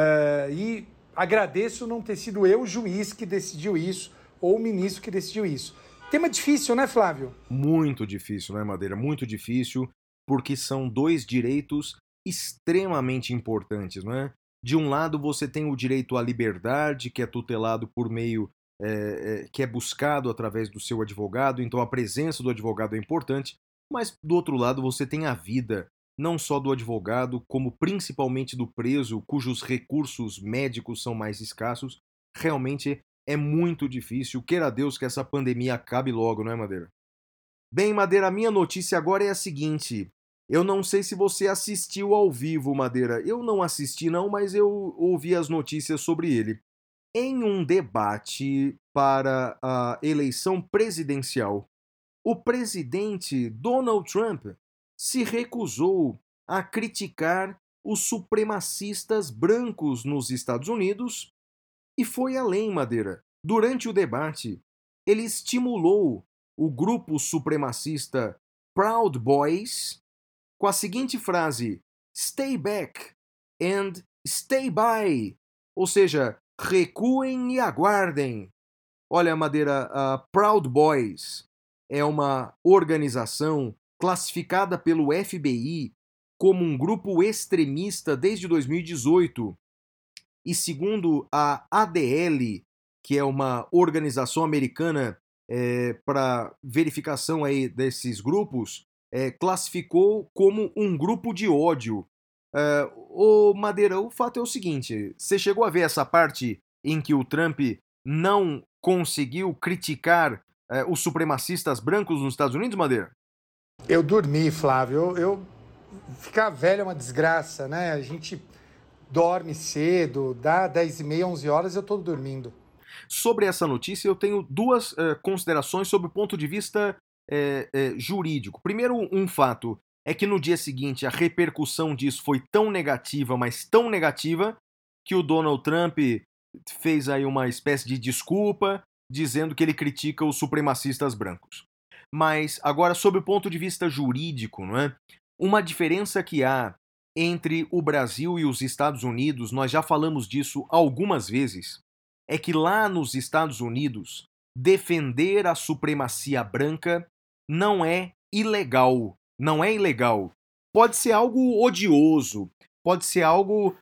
e agradeço não ter sido eu o juiz que decidiu isso ou o ministro que decidiu isso. Tema difícil, né, Flávio? Muito difícil, né, Madeira? Muito difícil, porque são dois direitos extremamente importantes, não é? De um lado, você tem o direito à liberdade, que é tutelado por meio, que é buscado através do seu advogado, então a presença do advogado é importante, mas do outro lado, você tem a vida, não só do advogado, como principalmente do preso, cujos recursos médicos são mais escassos. Realmente é muito difícil. Queira Deus que essa pandemia acabe logo, não é, Madeira? Bem, Madeira, a minha notícia agora é a seguinte. Eu não sei se você assistiu ao vivo, Madeira. Eu não assisti não, mas eu ouvi as notícias sobre ele. Em um debate para a eleição presidencial, o presidente Donald Trump se recusou a criticar os supremacistas brancos nos Estados Unidos e foi além, Madeira. Durante o debate, ele estimulou o grupo supremacista Proud Boys com a seguinte frase: "Stay back and stay by", ou seja, recuem e aguardem. Olha, Madeira, a Proud Boys é uma organização classificada pelo FBI como um grupo extremista desde 2018. E segundo a ADL, que é uma organização americana para verificação aí desses grupos, classificou como um grupo de ódio. Ô Madeira, o fato é o seguinte, você chegou a ver essa parte em que o Trump não conseguiu criticar os supremacistas brancos nos Estados Unidos, Madeira? Eu dormi, Flávio. Ficar velho é uma desgraça, né? A gente dorme cedo, dá 10h30, 11 horas, eu tô dormindo. Sobre essa notícia, eu tenho duas considerações sobre o ponto de vista jurídico. Primeiro, um fato é que no dia seguinte a repercussão disso foi tão negativa, mas tão negativa, que o Donald Trump fez aí uma espécie de desculpa, dizendo que ele critica os supremacistas brancos. Mas agora, sob o ponto de vista jurídico, não é? Uma diferença que há entre o Brasil e os Estados Unidos, nós já falamos disso algumas vezes, é que lá nos Estados Unidos, defender a supremacia branca não é ilegal. Não é ilegal. Pode ser algo odioso, pode ser algo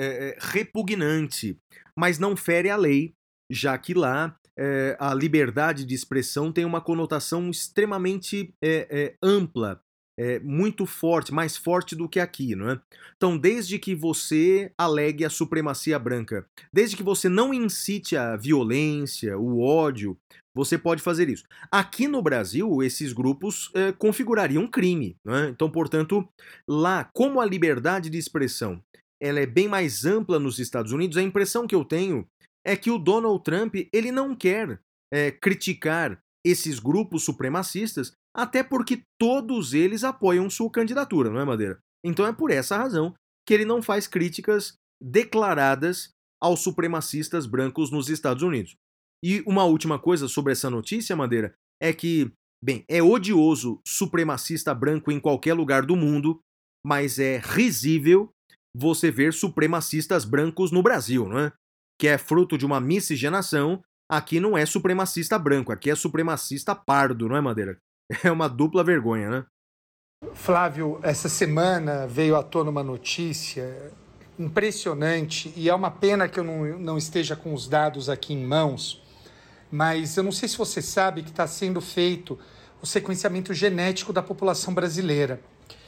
repugnante, mas não fere a lei, já que lá a liberdade de expressão tem uma conotação extremamente ampla, muito forte, mais forte do que aqui, não é? Então, desde que você alegue a supremacia branca, desde que você não incite a violência, o ódio, você pode fazer isso. Aqui no Brasil, esses grupos configurariam um crime, não é? Então, portanto, lá, como a liberdade de expressão ela é bem mais ampla nos Estados Unidos, a impressão que eu tenho é que o Donald Trump ele não quer criticar esses grupos supremacistas, até porque todos eles apoiam sua candidatura, não é, Madeira? Então é por essa razão que ele não faz críticas declaradas aos supremacistas brancos nos Estados Unidos. E uma última coisa sobre essa notícia, Madeira, é que, bem, é odioso supremacista branco em qualquer lugar do mundo, mas é risível você ver supremacistas brancos no Brasil, não é? Que é fruto de uma miscigenação. Aqui não é supremacista branco, aqui é supremacista pardo, não é, Madeira? É uma dupla vergonha, né? Flávio, essa semana veio à tona uma notícia impressionante e é uma pena que eu não esteja com os dados aqui em mãos, mas eu não sei se você sabe que está sendo feito o sequenciamento genético da população brasileira.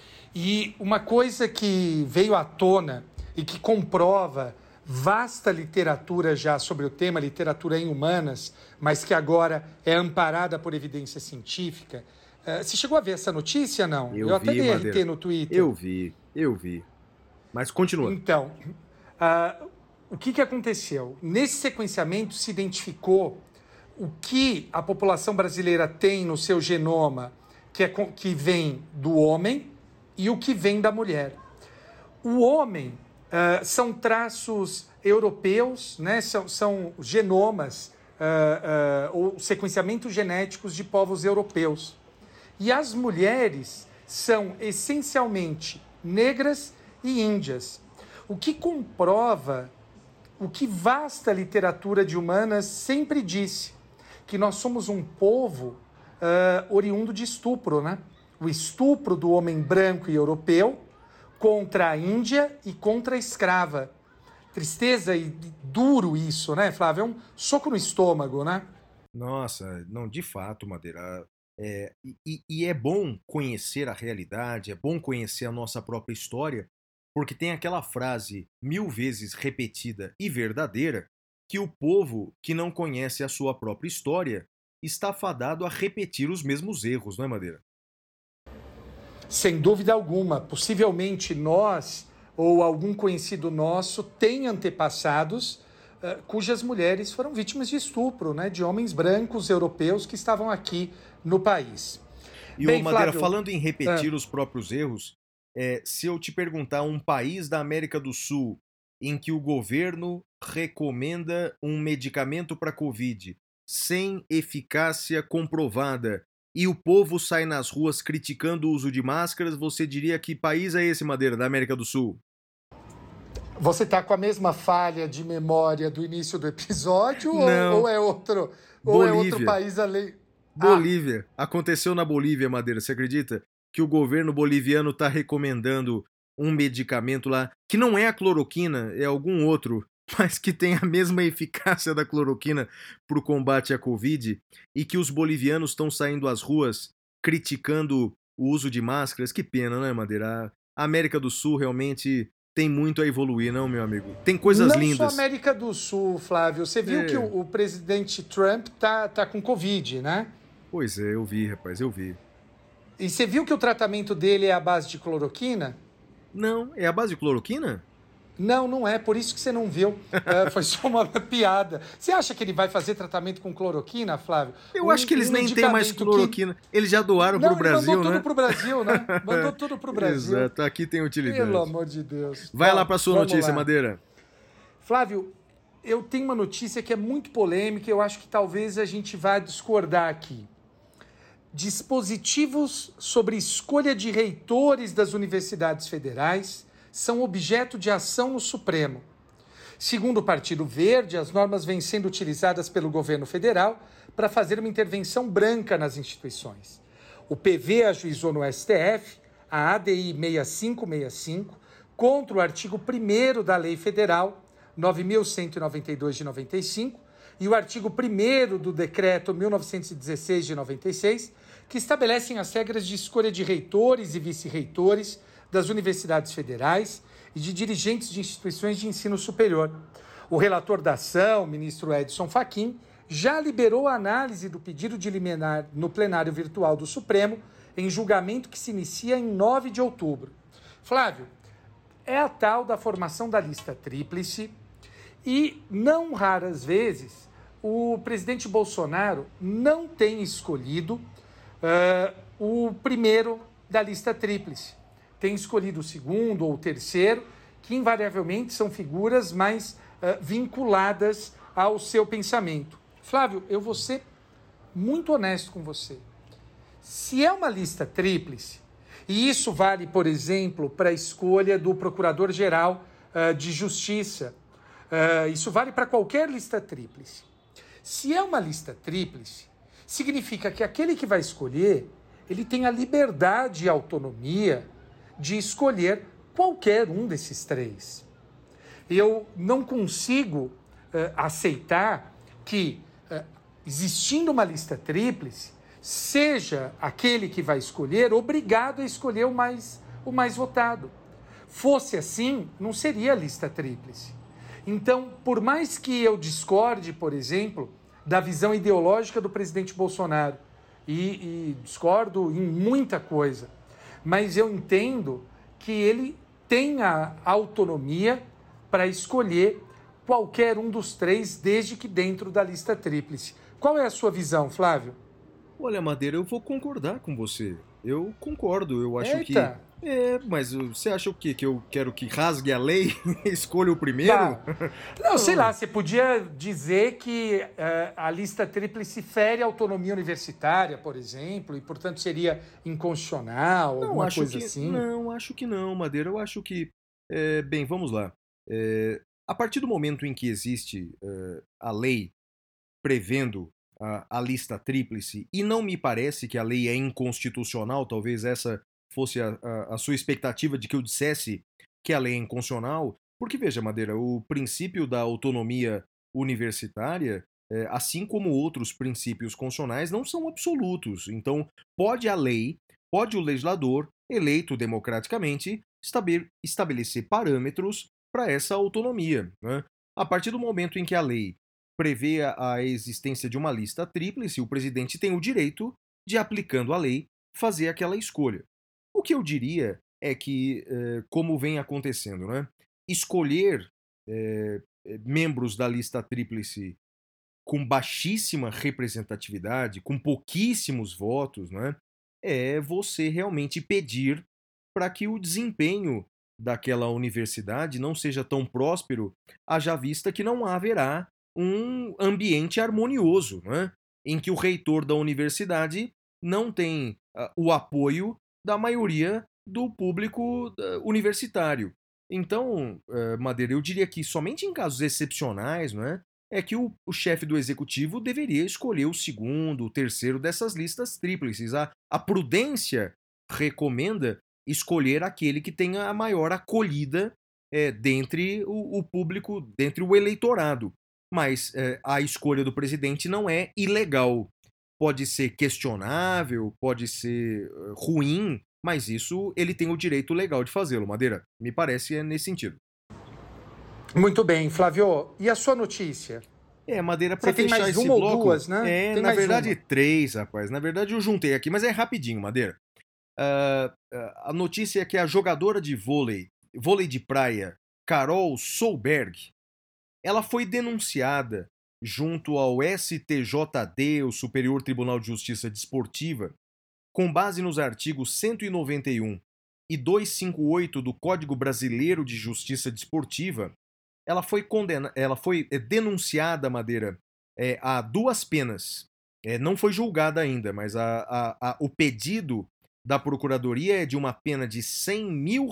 E uma coisa que veio à tona e que comprova vasta literatura já sobre o tema, literatura em humanas, mas que agora é amparada por evidência científica. Você chegou a ver essa notícia, não? Eu até dei RT no Twitter. Eu vi. Mas continua. Então, o que aconteceu? Nesse sequenciamento se identificou o que a população brasileira tem no seu genoma, que vem do homem, e o que vem da mulher. O homem são traços europeus, né? São genomas ou sequenciamentos genéticos de povos europeus. E as mulheres são essencialmente negras e índias, o que comprova o que vasta literatura de humanas sempre disse, que nós somos um povo oriundo de estupro, né? O estupro do homem branco e europeu contra a Índia e contra a escrava. Tristeza e duro isso, né, Flávio? É um soco no estômago, né? Nossa, não, de fato, Madeira. E é bom conhecer a realidade, é bom conhecer a nossa própria história, porque tem aquela frase 1000 vezes repetida e verdadeira que o povo que não conhece a sua própria história está fadado a repetir os mesmos erros, não é, Madeira? Sem dúvida alguma. Possivelmente nós ou algum conhecido nosso tem antepassados cujas mulheres foram vítimas de estupro, né, de homens brancos europeus que estavam aqui no país. E, Bem, Madeira, Flávio, falando em repetir os próprios erros, se eu te perguntar um país da América do Sul em que o governo recomenda um medicamento para Covid sem eficácia comprovada e o povo sai nas ruas criticando o uso de máscaras, você diria que país é esse, Madeira, da América do Sul? você está com a mesma falha de memória do início do episódio Não. ou é outro Bolívia. país além? Bolívia. Aconteceu na Bolívia, Madeira, você acredita? Que o governo boliviano está recomendando um medicamento lá, que não é a cloroquina, é algum outro, mas que tem a mesma eficácia da cloroquina para o combate à Covid, e que os bolivianos estão saindo às ruas criticando o uso de máscaras. Que pena, né, Madeira? A América do Sul realmente tem muito a evoluir, não, meu amigo? Tem coisas lindas. Não só América do Sul, Flávio. Você viu que o presidente Trump tá com Covid, né? Pois é, eu vi, rapaz, eu vi. E você viu que o tratamento dele é à base de cloroquina? Não, é a base de cloroquina? Não, não é. Por isso que você não viu. Foi só uma piada. Você acha que ele vai fazer tratamento com cloroquina, Flávio? Eu acho que eles nem têm mais cloroquina. Eles já doaram pro Brasil, mandou né? tudo pro Brasil, né? Mandou tudo pro Brasil. Exato, aqui tem utilidade. Pelo amor de Deus. Vai lá pra sua notícia, lá. Madeira. Flávio, eu tenho uma notícia que é muito polêmica e eu acho que talvez a gente vá discordar aqui. Dispositivos sobre escolha de reitores das universidades federais são objeto de ação no Supremo. Segundo o Partido Verde, as normas vêm sendo utilizadas pelo governo federal para fazer uma intervenção branca nas instituições. O PV ajuizou no STF a ADI 6565 contra o artigo 1º da Lei Federal 9.192 de 95 e o artigo 1º do Decreto 1916 de 96, que estabelecem as regras de escolha de reitores e vice-reitores das universidades federais e de dirigentes de instituições de ensino superior. O relator da ação, o ministro Edson Fachin, já liberou a análise do pedido de liminar no plenário virtual do Supremo, em julgamento que se inicia em 9 de outubro. Flávio, é a tal da formação da lista tríplice e, não raras vezes, o presidente Bolsonaro não tem escolhido o primeiro da lista tríplice. Tem escolhido o segundo ou o terceiro, que invariavelmente são figuras mais vinculadas ao seu pensamento. Flávio, eu vou ser muito honesto com você. Se é uma lista tríplice, e isso vale, por exemplo, para a escolha do Procurador-Geral de Justiça, isso vale para qualquer lista tríplice. Se é uma lista tríplice, significa que aquele que vai escolher, ele tem a liberdade e a autonomia de escolher qualquer um desses três. Eu não consigo aceitar que, existindo uma lista tríplice, seja aquele que vai escolher obrigado a escolher o mais votado. Fosse assim, não seria lista tríplice. Então, por mais que eu discorde, por exemplo, da visão ideológica do presidente Bolsonaro, e discordo em muita coisa, mas eu entendo que ele tem a autonomia para escolher qualquer um dos três, desde que dentro da lista tríplice. Qual é a sua visão, Flávio? Olha, Madeira, eu vou concordar com você. Eu concordo, eu acho que... mas você acha o quê? Que eu quero que rasgue a lei e escolha o primeiro? Não, sei lá, você podia dizer que a lista tríplice fere a autonomia universitária, por exemplo, e, portanto, seria inconstitucional, alguma coisa assim. Não, acho que não, Madeira. Eu acho que... bem, vamos lá. A partir do momento em que existe a lei prevendo a lista tríplice, e não me parece que a lei é inconstitucional, talvez essa fosse a sua expectativa de que eu dissesse que a lei é inconstitucional, porque, veja, Madeira, o princípio da autonomia universitária assim como outros princípios constitucionais, não são absolutos. Então, pode o legislador, eleito democraticamente, estabelecer parâmetros para essa autonomia, né? A partir do momento em que a lei prevê a existência de uma lista tríplice, o presidente tem o direito de, aplicando a lei, fazer aquela escolha. O que eu diria é que, como vem acontecendo, né, escolher membros da lista tríplice com baixíssima representatividade, com pouquíssimos votos, né, é você realmente pedir para que o desempenho daquela universidade não seja tão próspero, haja vista que não haverá um ambiente harmonioso, né, em que o reitor da universidade não tem o apoio da maioria do público universitário. Então, Madeira, eu diria que somente em casos excepcionais, né, é que o chefe do executivo deveria escolher o segundo, o terceiro dessas listas tríplices. A prudência recomenda escolher aquele que tenha a maior acolhida dentre o público, dentre o eleitorado. Mas a escolha do presidente não é ilegal. Pode ser questionável, pode ser ruim, mas isso ele tem o direito legal de fazê-lo, Madeira. Me parece nesse sentido. Muito bem, Flávio. E a sua notícia? Madeira, para fechar mais esse uma bloco... ou duas, né? Na verdade, 3, rapaz. Na verdade, eu juntei aqui, mas é rapidinho, Madeira. A notícia é que a jogadora de vôlei de praia, Carol Solberg, ela foi denunciada junto ao STJD, o Superior Tribunal de Justiça Desportiva, com base nos artigos 191 e 258 do Código Brasileiro de Justiça Desportiva. Ela foi denunciada, Madeira, a 2 penas. Não foi julgada ainda, mas o pedido da Procuradoria é de uma pena de R$100 mil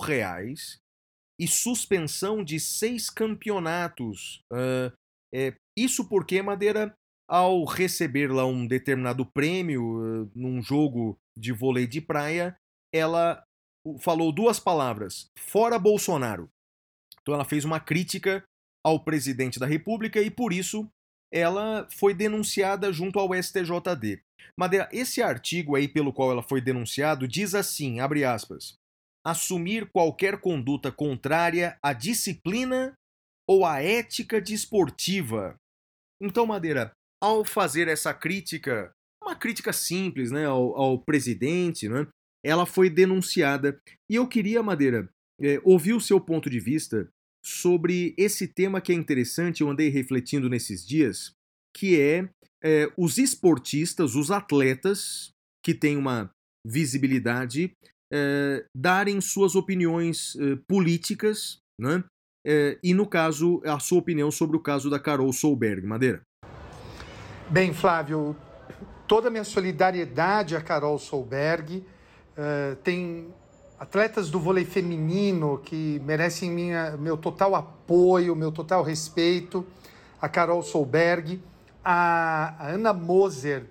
e suspensão de 6 campeonatos. Isso porque, Madeira, ao receber lá um determinado prêmio num jogo de vôlei de praia, ela falou 2 palavras: fora Bolsonaro. Então ela fez uma crítica ao presidente da República e, por isso, ela foi denunciada junto ao STJD. Madeira, esse artigo aí pelo qual ela foi denunciada diz assim, abre aspas, assumir qualquer conduta contrária à disciplina ou à ética desportiva. Então, Madeira, ao fazer essa crítica, uma crítica simples, né, ao presidente, né, ela foi denunciada. E eu queria, Madeira, ouvir o seu ponto de vista sobre esse tema que é interessante, eu andei refletindo nesses dias, que é os esportistas, os atletas que têm uma visibilidade, darem suas opiniões políticas, né? E, no caso, a sua opinião sobre o caso da Carol Solberg. Madeira. Bem, Flávio, toda a minha solidariedade à Carol Solberg. Tem atletas do vôlei feminino que merecem meu total apoio, meu total respeito. A Carol Solberg, a Ana Moser,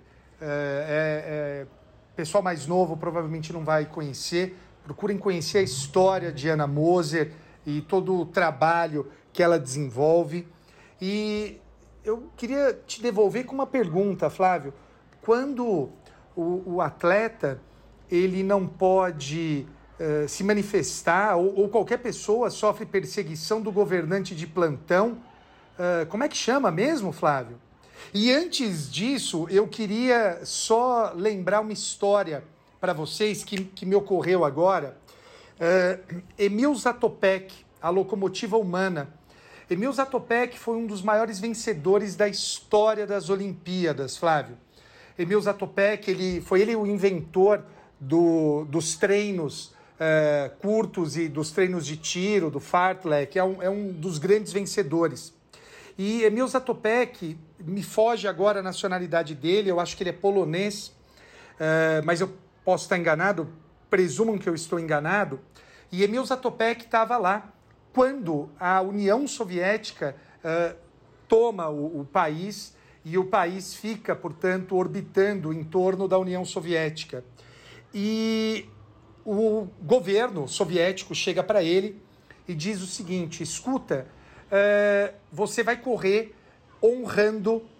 pessoal mais novo provavelmente não vai conhecer. Procurem conhecer a história de Ana Moser e todo o trabalho que ela desenvolve. E eu queria te devolver com uma pergunta, Flávio. Quando o atleta ele não pode se manifestar, ou qualquer pessoa sofre perseguição do governante de plantão, como é que chama mesmo, Flávio? E antes disso, eu queria só lembrar uma história para vocês que me ocorreu agora. Emil Zatopek, a locomotiva humana. Emil Zatopek foi um dos maiores vencedores da história das Olimpíadas, Flávio. Emil Zatopek, foi ele o inventor dos treinos curtos e dos treinos de tiro, do fartlek, é um dos grandes vencedores. E Emil Zatopek, me foge agora a nacionalidade dele, eu acho que ele é polonês, mas eu posso estar enganado, presumam que eu estou enganado. E Emil Zatopek estava lá quando a União Soviética toma o país e o país fica, portanto, orbitando em torno da União Soviética. E o governo soviético chega para ele e diz o seguinte: escuta, você vai correr honrando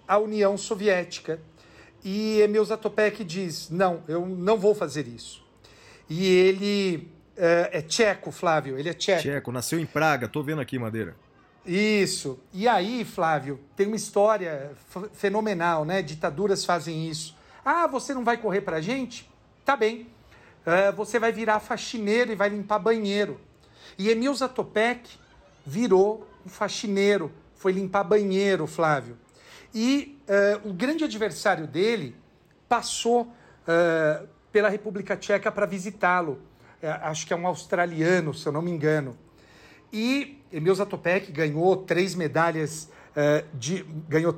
a União Soviética. E Emil Zatopek diz, não, eu não vou fazer isso. E ele é tcheco, Flávio, ele é tcheco. Tcheco, nasceu em Praga, tô vendo aqui, Madeira. Isso. E aí, Flávio, tem uma história fenomenal, né? Ditaduras fazem isso. Ah, você não vai correr pra gente? Tá bem. Você vai virar faxineiro e vai limpar banheiro. E Emil Zatopek virou um faxineiro, foi limpar banheiro, Flávio. E o grande adversário dele passou pela República Tcheca para visitá-lo. Acho que é um australiano, se eu não me engano. E Emil Zatopek ganhou 3 medalhas ganhou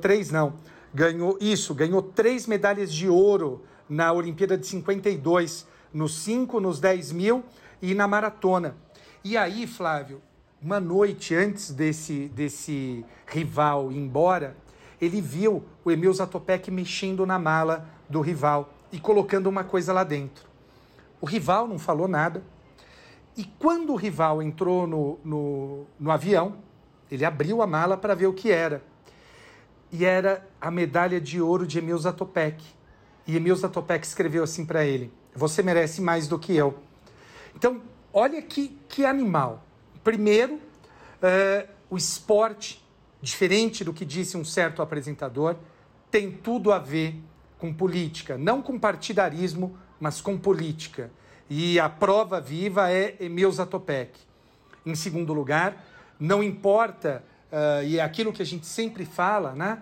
3 medalhas de ouro na Olimpíada de 52, nos 5, nos 10 mil e na maratona. E aí, Flávio, uma noite antes desse rival ir embora, ele viu o Emil Zatopek mexendo na mala do rival e colocando uma coisa lá dentro. O rival não falou nada. E quando o rival entrou no avião, ele abriu a mala para ver o que era. E era a medalha de ouro de Emil Zatopek. E Emil Zatopek escreveu assim para ele: você merece mais do que eu. Então, olha que animal. Primeiro, o esporte, diferente do que disse um certo apresentador, tem tudo a ver com política. Não com partidarismo, mas com política. E a prova viva é Emil Zatopek. Em segundo lugar, não importa, e é aquilo que a gente sempre fala, né?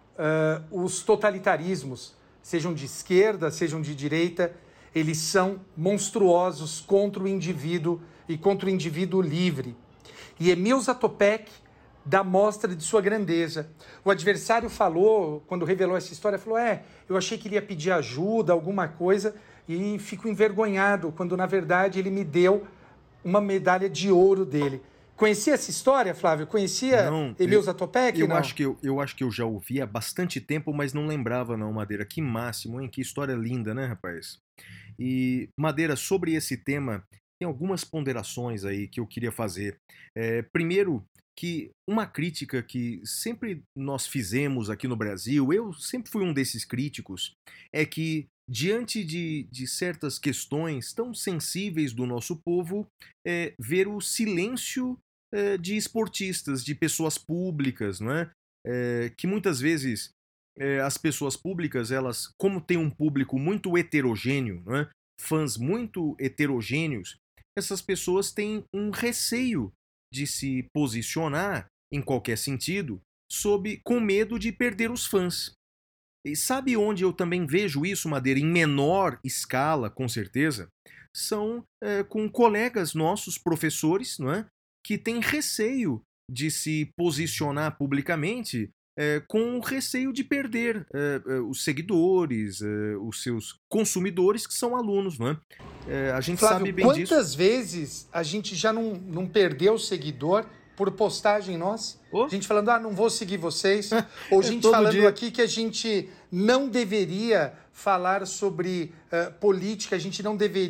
Os totalitarismos, sejam de esquerda, sejam de direita, eles são monstruosos contra o indivíduo e contra o indivíduo livre. E Emil Zatopek dá mostra de sua grandeza. O adversário falou, quando revelou essa história, falou, eu achei que ele ia pedir ajuda, alguma coisa, e fico envergonhado, quando na verdade ele me deu uma medalha de ouro dele. Conhecia essa história, Flávio? Conhecia Emil Zatopek? Eu acho que eu já ouvi há bastante tempo, mas não lembrava não, Madeira. Que máximo, hein? Que história linda, né, rapaz? E, Madeira, sobre esse tema, tem algumas ponderações aí que eu queria fazer. Primeiro, que uma crítica que sempre nós fizemos aqui no Brasil, eu sempre fui um desses críticos, é que diante de certas questões tão sensíveis do nosso povo, ver o silêncio de esportistas, de pessoas públicas, não é? Que muitas vezes as pessoas públicas, elas, como tem um público muito heterogêneo, não é? Fãs muito heterogêneos, essas pessoas têm um receio de se posicionar em qualquer sentido, com medo de perder os fãs. E sabe onde eu também vejo isso, Madeira, em menor escala, com certeza? São com colegas nossos, professores, não é? Que têm receio de se posicionar publicamente com receio de perder os seguidores, os seus consumidores, que são alunos, não é? A gente Flávio, sabe bem disso. Quantas vezes a gente já não perdeu o seguidor por postagem nossa? A gente falando, não vou seguir vocês. Ou gente falando aqui que a gente não deveria falar sobre política, a gente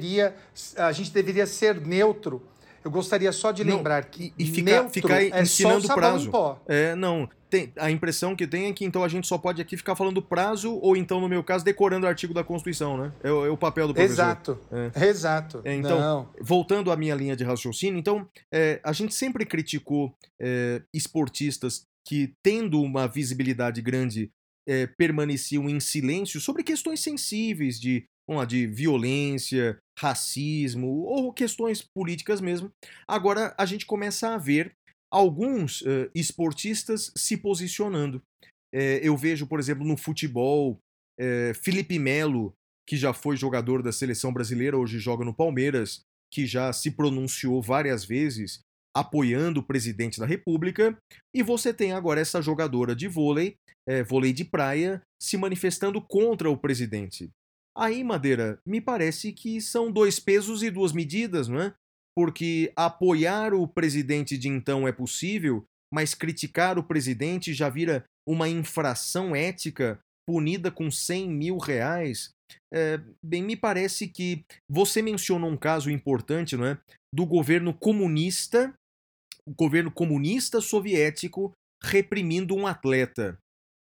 deveria ser neutro. Eu gostaria só de lembrar que ficar ensinando só prazo. Em pó. A impressão que tem é que então a gente só pode aqui ficar falando prazo ou então, no meu caso, decorando o artigo da Constituição, né? É o papel do professor. Exato. Então, voltando à minha linha de raciocínio, então, a gente sempre criticou esportistas que, tendo uma visibilidade grande, permaneciam em silêncio sobre questões sensíveis de violência, racismo ou questões políticas mesmo. Agora a gente começa a ver alguns esportistas se posicionando. Eu vejo, por exemplo, no futebol, Felipe Melo, que já foi jogador da seleção brasileira, hoje joga no Palmeiras, que já se pronunciou várias vezes apoiando o presidente da República, e você tem agora essa jogadora de vôlei de praia, se manifestando contra o presidente. Aí, Madeira, me parece que são 2 pesos e 2 medidas, não é? Porque apoiar o presidente de então é possível, mas criticar o presidente já vira uma infração ética punida com 100 mil reais. Bem, me parece que você mencionou um caso importante, não é? Do governo comunista soviético reprimindo um atleta.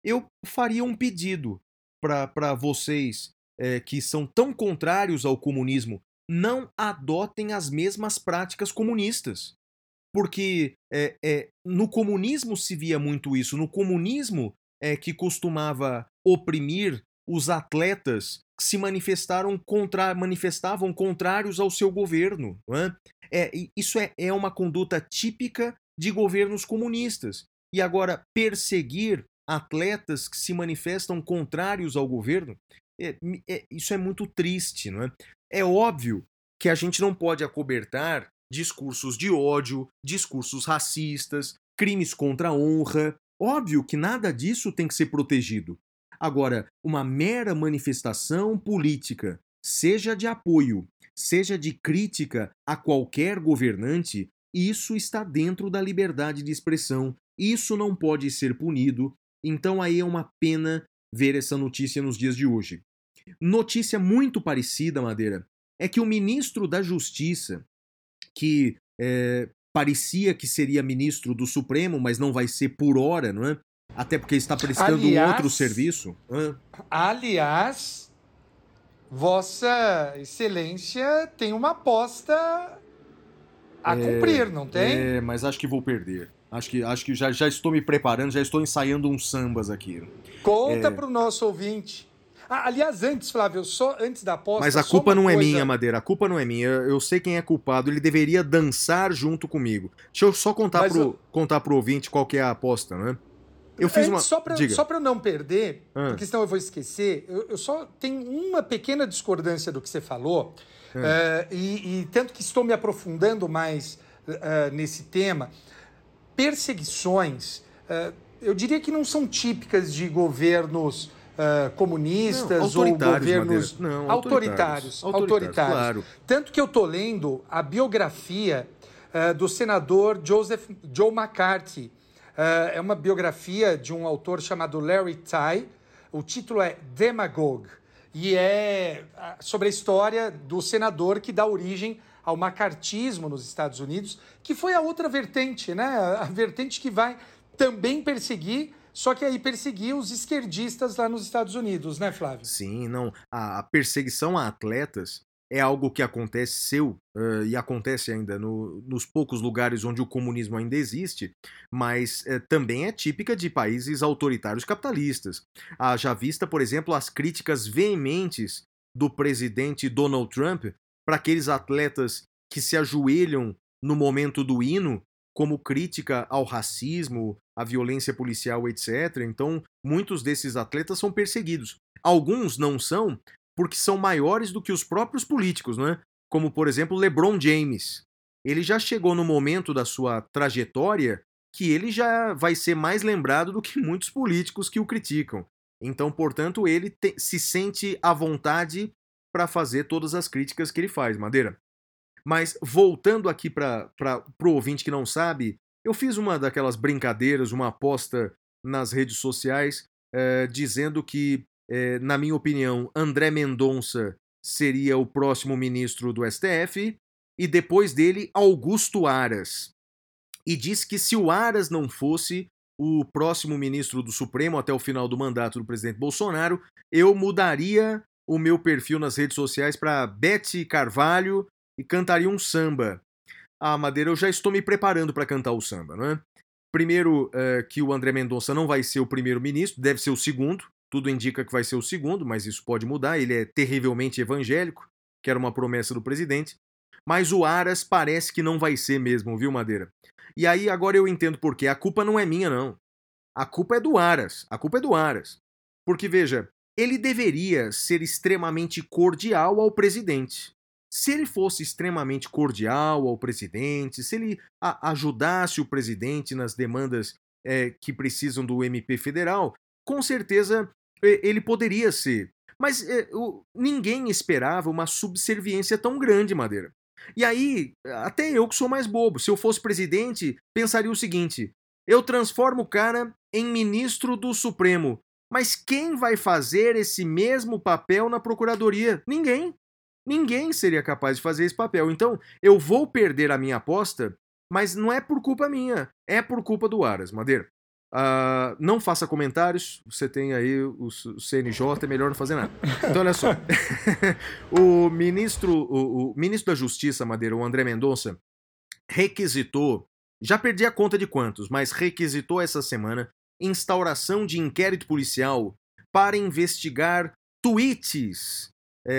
eu faria um pedido para vocês que são tão contrários ao comunismo, não adotem as mesmas práticas comunistas. Porque no comunismo se via muito isso. No comunismo que costumava oprimir os atletas que se manifestavam contrários ao seu governo. Não é? Isso é uma conduta típica de governos comunistas. E agora, perseguir atletas que se manifestam contrários ao governo, isso é muito triste. Não é? É óbvio que a gente não pode acobertar discursos de ódio, discursos racistas, crimes contra a honra. Óbvio que nada disso tem que ser protegido. Agora, uma mera manifestação política, seja de apoio, seja de crítica a qualquer governante, isso está dentro da liberdade de expressão. Isso não pode ser punido. Então aí é uma pena ver essa notícia nos dias de hoje. Notícia muito parecida, Madeira, é que o ministro da Justiça, que parecia que seria ministro do Supremo, mas não vai ser por hora, não é? Até porque está prestando um outro serviço. Aliás, Vossa Excelência tem uma aposta a cumprir, não tem? Mas acho que vou perder. Acho que já estou me preparando, já estou ensaiando uns sambas aqui. Conta para o nosso ouvinte. Aliás, antes, Flávio, só antes da aposta... Mas a culpa não é minha, Madeira, a culpa não é minha. Eu sei quem é culpado, ele deveria dançar junto comigo. Deixa eu só contar pro ouvinte qual que é a aposta, né? Eu fiz uma... Só para eu não perder, porque senão eu vou esquecer, eu só tenho uma pequena discordância do que você falou, e tanto que estou me aprofundando mais nesse tema. Perseguições, eu diria que não são típicas de governos comunistas ou governos autoritários. Claro. Tanto que eu estou lendo a biografia do senador Joe McCarthy. É uma biografia de um autor chamado Larry Tye. O título é Demagogue. E é sobre a história do senador que dá origem ao macartismo nos Estados Unidos, que foi a outra vertente, né? A vertente que vai também perseguir, só que aí perseguir os esquerdistas lá nos Estados Unidos, né, Flávio? Sim, não. A perseguição a atletas é algo que aconteceu e acontece ainda nos poucos lugares onde o comunismo ainda existe, mas também é típica de países autoritários capitalistas. Já vista, por exemplo, as críticas veementes do presidente Donald Trump para aqueles atletas que se ajoelham no momento do hino como crítica ao racismo, à violência policial, etc. Então, muitos desses atletas são perseguidos. Alguns não são, porque são maiores do que os próprios políticos, né? Como, por exemplo, LeBron James. Ele já chegou no momento da sua trajetória que ele já vai ser mais lembrado do que muitos políticos que o criticam. Então, portanto, ele se sente à vontade para fazer todas as críticas que ele faz, Madeira. Mas, voltando aqui para o ouvinte que não sabe, eu fiz uma daquelas brincadeiras, uma aposta nas redes sociais, dizendo que, na minha opinião, André Mendonça seria o próximo ministro do STF e depois dele, Augusto Aras. E disse que se o Aras não fosse o próximo ministro do Supremo até o final do mandato do presidente Bolsonaro, eu mudaria o meu perfil nas redes sociais para Bete Carvalho e cantaria um samba. Madeira, eu já estou me preparando para cantar o samba, não é? Primeiro, que o André Mendonça não vai ser o primeiro-ministro, deve ser o segundo. Tudo indica que vai ser o segundo, mas isso pode mudar. Ele é terrivelmente evangélico, que era uma promessa do presidente. Mas o Aras parece que não vai ser mesmo, viu, Madeira? E aí agora eu entendo por quê. A culpa não é minha, não. A culpa é do Aras. A culpa é do Aras. Porque, veja, ele deveria ser extremamente cordial ao presidente. Se ele fosse extremamente cordial ao presidente, se ele ajudasse o presidente nas demandas que precisam do MP federal, com certeza ele poderia ser. Mas ninguém esperava uma subserviência tão grande, Madeira. E aí, até eu que sou mais bobo, se eu fosse presidente, pensaria o seguinte: eu transformo o cara em ministro do Supremo, mas quem vai fazer esse mesmo papel na Procuradoria? Ninguém. Ninguém seria capaz de fazer esse papel. Então, eu vou perder a minha aposta, mas não é por culpa minha, é por culpa do Aras, Madeira. Não faça comentários, você tem aí o CNJ, é melhor não fazer nada. Então, olha só. o ministro da Justiça, Madeira, o André Mendonça, requisitou, já perdi a conta de quantos, mas requisitou essa semana instauração de inquérito policial para investigar tweets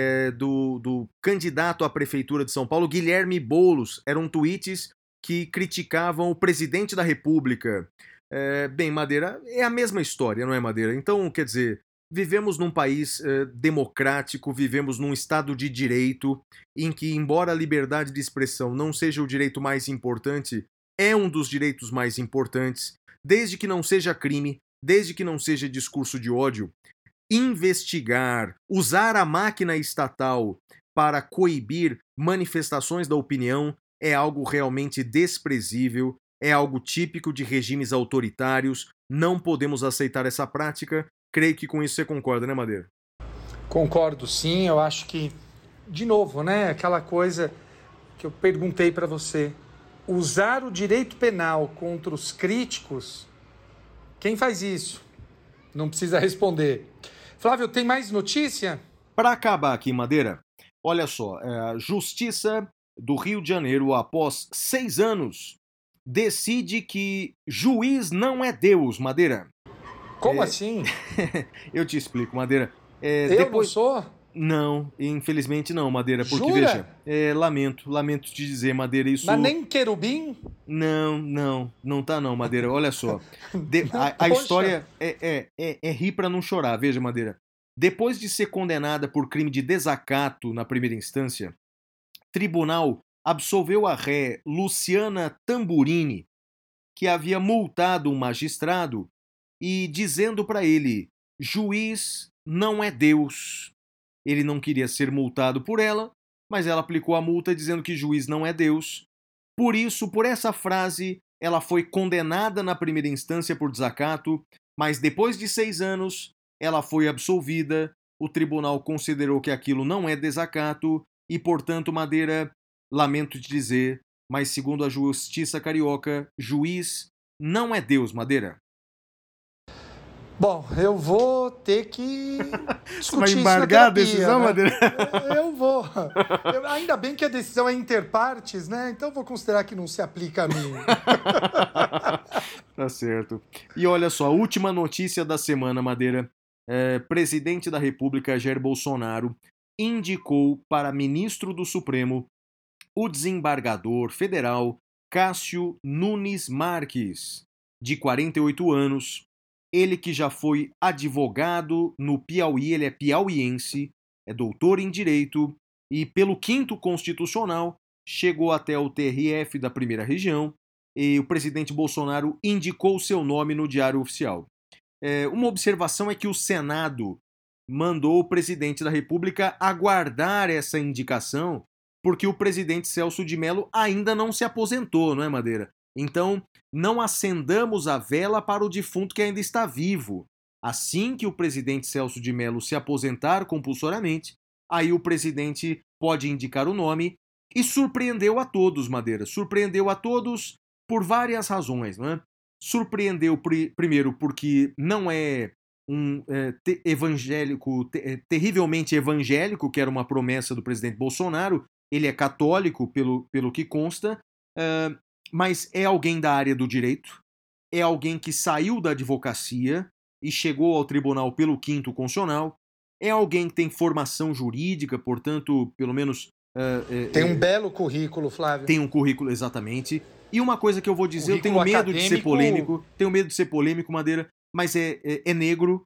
do candidato à prefeitura de São Paulo, Guilherme Boulos. Eram tweets que criticavam o presidente da República. Bem, Madeira, é a mesma história, não é, Madeira? Então, quer dizer, vivemos num país democrático, vivemos num Estado de direito, em que, embora a liberdade de expressão não seja o direito mais importante, é um dos direitos mais importantes, desde que não seja crime, desde que não seja discurso de ódio. Investigar, usar a máquina estatal para coibir manifestações da opinião é algo realmente desprezível, é algo típico de regimes autoritários, não podemos aceitar essa prática. Creio que com isso você concorda, né, Madeira? Concordo, sim. Eu acho que, de novo, né, aquela coisa que eu perguntei para você, usar o direito penal contra os críticos, quem faz isso? Não precisa responder. Flávio, tem mais notícia? Para acabar aqui, Madeira, olha só, a Justiça do Rio de Janeiro, após 6 anos, decide que juiz não é Deus, Madeira. Como assim? Eu te explico, Madeira. Eu não sou? Não, infelizmente não, Madeira, porque Jura? veja, lamento te dizer, Madeira, isso... Mas nem querubim? Não tá não, Madeira, olha só. A Poxa. história é rir pra não chorar, veja, Madeira. Depois de ser condenada por crime de desacato na primeira instância, tribunal absolveu a ré Luciana Tamburini, que havia multado um magistrado e dizendo para ele, juiz não é Deus. Ele não queria ser multado por ela, mas ela aplicou a multa dizendo que juiz não é Deus. Por isso, por essa frase, ela foi condenada na primeira instância por desacato, mas depois de 6 anos, ela foi absolvida. O tribunal considerou que aquilo não é desacato e, portanto, Madeira, lamento te dizer, mas segundo a Justiça Carioca, juiz não é Deus, Madeira. Bom, eu vou ter que discutir vai isso embargar na terapia, a decisão, né? Madeira? Eu vou. Ainda bem que a decisão é interpartes, né? Então eu vou considerar que não se aplica a mim. Tá certo. E olha só, a última notícia da semana, Madeira. Presidente da República, Jair Bolsonaro, indicou para ministro do Supremo o desembargador federal Cássio Nunes Marques, de 48 anos, ele que já foi advogado no Piauí, ele é piauiense, é doutor em Direito e pelo 5º Constitucional chegou até o TRF da primeira região e o presidente Bolsonaro indicou seu nome no Diário Oficial. Uma observação é que o Senado mandou o presidente da República aguardar essa indicação porque o presidente Celso de Mello ainda não se aposentou, não é, Madeira? Então, não acendamos a vela para o defunto que ainda está vivo. Assim que o presidente Celso de Mello se aposentar compulsoriamente, aí o presidente pode indicar o nome e surpreendeu a todos, Madeira. Surpreendeu a todos por várias razões, não é? Surpreendeu primeiro porque não é um evangélico, terrivelmente evangélico, que era uma promessa do presidente Bolsonaro. Ele é católico, pelo que consta, mas é alguém da área do direito, é alguém que saiu da advocacia e chegou ao tribunal pelo 5º Constitucional, é alguém que tem formação jurídica, portanto, pelo menos... Tem um belo currículo, Flávio. Tem um currículo, exatamente. E uma coisa que eu vou dizer, eu tenho medo de ser polêmico, Madeira, mas é negro,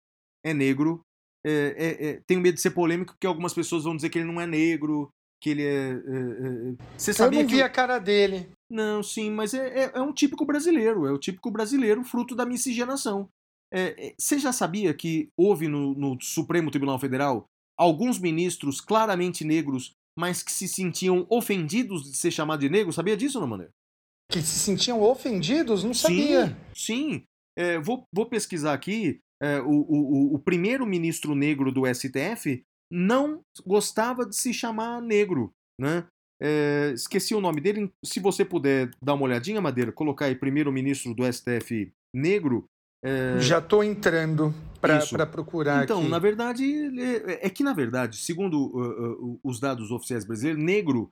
tenho medo de ser polêmico porque algumas pessoas vão dizer que ele não é negro, que ele é... Você sabia eu não vi a cara dele. Não, sim, mas é um típico brasileiro, fruto da miscigenação. Você já sabia que houve no Supremo Tribunal Federal alguns ministros claramente negros, mas que se sentiam ofendidos de ser chamado de negro? Sabia disso, não, Mané? Que se sentiam ofendidos? Não sabia. Sim. Vou pesquisar aqui. O primeiro ministro negro do STF não gostava de se chamar negro, né? Esqueci o nome dele. Se você puder dar uma olhadinha, Madeira, colocar aí primeiro-ministro do STF negro, Já estou entrando para procurar então, aqui. na verdade, na verdade, segundo os dados oficiais brasileiros, negro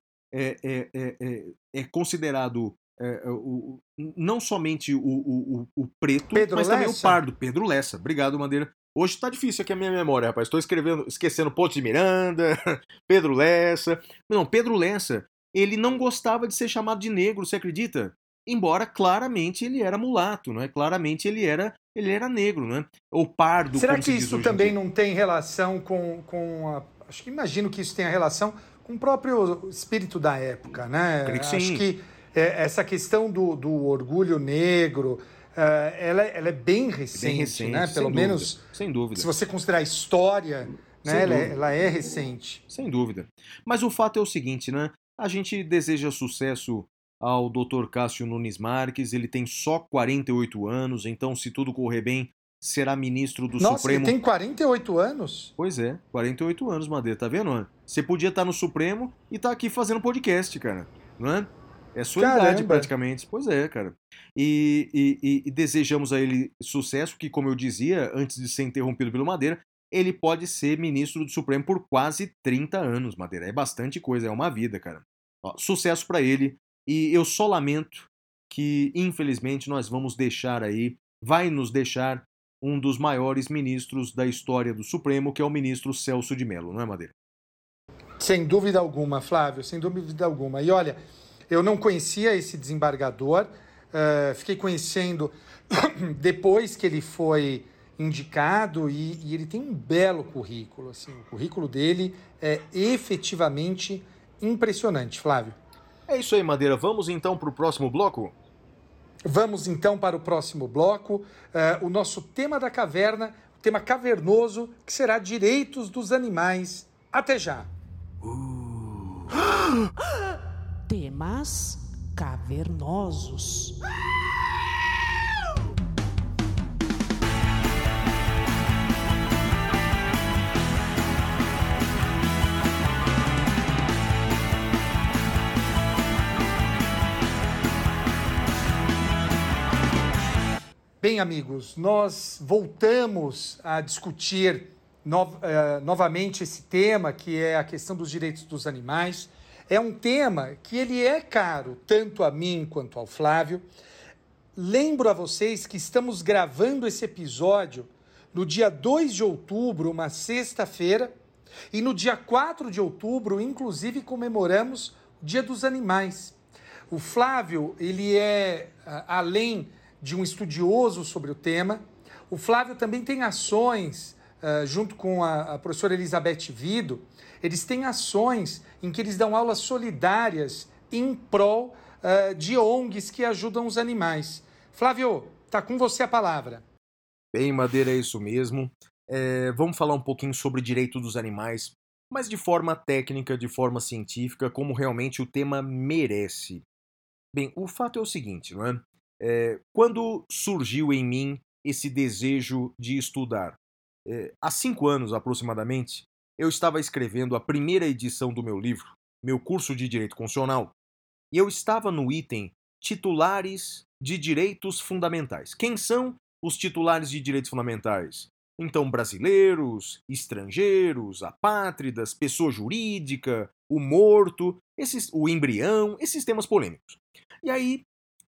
é considerado não somente o preto, Pedro mas também o Lessa? pardo. Pedro Lessa. Obrigado, Madeira. Hoje tá difícil aqui a minha memória, rapaz. Estou esquecendo Ponte de Miranda, Pedro Lessa. Não, Pedro Lessa, ele não gostava de ser chamado de negro, você acredita? Embora claramente ele era mulato, não é? Claramente ele era negro, né? Ou pardo, Será como que se diz isso hoje em também dia. não tem relação com a... Acho que imagino que isso tenha relação com o próprio espírito da época, né? Creio que sim. Acho que essa questão do orgulho negro, ela é bem recente, né? Pelo menos, sem dúvida. se você considerar a história, né? Ela é recente. Sem dúvida. Mas o fato é o seguinte, né? A gente deseja sucesso ao Dr. Cássio Nunes Marques, ele tem só 48 anos, então se tudo correr bem, será ministro do Nossa, Supremo. ele tem 48 anos? Pois é, 48 anos, Madeira, tá vendo? Você podia estar no Supremo e tá aqui fazendo podcast, cara, não é? É sua idade praticamente. Pois é, cara. E desejamos a ele sucesso, que como eu dizia, antes de ser interrompido pelo Madeira, ele pode ser ministro do Supremo por quase 30 anos, Madeira. É bastante coisa, é uma vida, cara. Ó, sucesso pra ele. E eu só lamento que, infelizmente, nós vamos deixar aí, vai nos deixar um dos maiores ministros da história do Supremo, que é o ministro Celso de Mello, não é, Madeira? Sem dúvida alguma, Flávio, sem dúvida alguma. E olha, eu não conhecia esse desembargador, fiquei conhecendo depois que ele foi indicado e ele tem um belo currículo. Assim, o currículo dele é efetivamente impressionante, Flávio. É isso aí, Madeira. Vamos então para o próximo bloco? Vamos então para o próximo bloco. O nosso tema da caverna, o tema cavernoso, que será direitos dos animais. Até já! Temas cavernosos. Bem, amigos, nós voltamos a discutir novamente esse tema, que é a questão dos direitos dos animais. É um tema que ele é caro, tanto a mim quanto ao Flávio. Lembro a vocês que estamos gravando esse episódio no dia 2 de outubro, uma sexta-feira, e no dia 4 de outubro, inclusive, comemoramos o Dia dos Animais. O Flávio, ele é, além de um estudioso sobre o tema, o Flávio também tem ações, junto com a professora Elizabeth Vido, eles têm ações em que eles dão aulas solidárias em prol de ONGs que ajudam os animais. Flávio, está com você a palavra. Bem, Madeira, é isso mesmo. Vamos falar um pouquinho sobre direito dos animais, mas de forma técnica, de forma científica, como realmente o tema merece. Bem, o fato é o seguinte, não é? Quando surgiu em mim esse desejo de estudar? Há 5 anos aproximadamente, eu estava escrevendo a primeira edição do meu livro, meu curso de Direito Constitucional, e eu estava no item Titulares de Direitos Fundamentais. Quem são os titulares de direitos fundamentais? Então, brasileiros, estrangeiros, apátridas, pessoa jurídica, o morto, o embrião, esses temas polêmicos. E aí,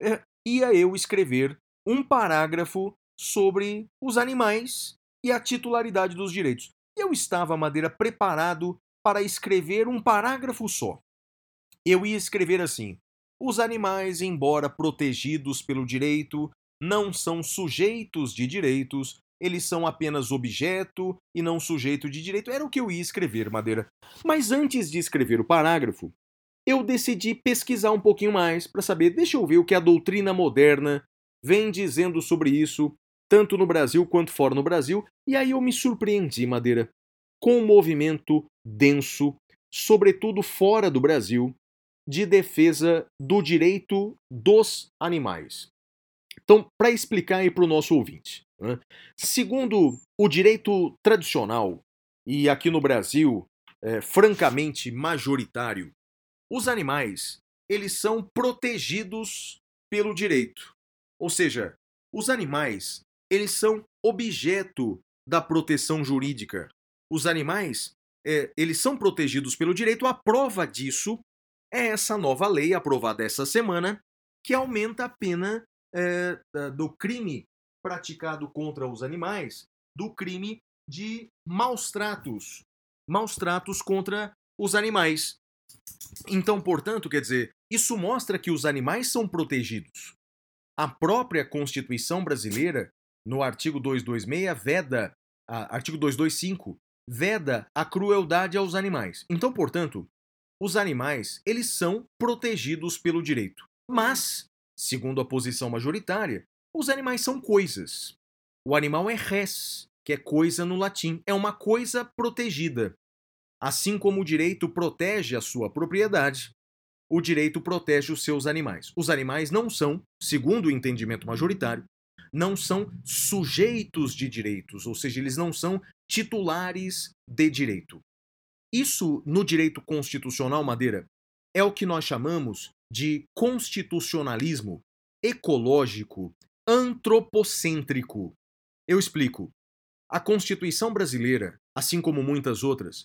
ia eu escrever um parágrafo sobre os animais e a titularidade dos direitos. Eu estava, Madeira, preparado para escrever um parágrafo só. Eu ia escrever assim: os animais, embora protegidos pelo direito, não são sujeitos de direitos, eles são apenas objeto e não sujeito de direito. Era o que eu ia escrever, Madeira. Mas antes de escrever o parágrafo, eu decidi pesquisar um pouquinho mais para saber, deixa eu ver o que a doutrina moderna vem dizendo sobre isso, tanto no Brasil quanto fora no Brasil, e aí eu me surpreendi, Madeira, com um movimento denso, sobretudo fora do Brasil, de defesa do direito dos animais. Então, para explicar aí para o nosso ouvinte, né? Segundo o direito tradicional, e aqui no Brasil, francamente majoritário, os animais, eles são protegidos pelo direito. Ou seja, os animais eles são objeto da proteção jurídica. Os animais, eles são protegidos pelo direito. A prova disso é essa nova lei aprovada essa semana, que aumenta a pena do crime praticado contra os animais, do crime de maus tratos contra os animais. Então, portanto, quer dizer, isso mostra que os animais são protegidos. A própria Constituição brasileira, no artigo 226, artigo 225, veda a crueldade aos animais. Então, portanto, os animais, eles são protegidos pelo direito. Mas, segundo a posição majoritária, os animais são coisas. O animal é res, que é coisa no latim. É uma coisa protegida. Assim como o direito protege a sua propriedade, o direito protege os seus animais. Os animais não são, segundo o entendimento majoritário, não são sujeitos de direitos, ou seja, eles não são titulares de direito. Isso, no direito constitucional, Madeira, é o que nós chamamos de constitucionalismo ecológico antropocêntrico. Eu explico. A Constituição brasileira, assim como muitas outras,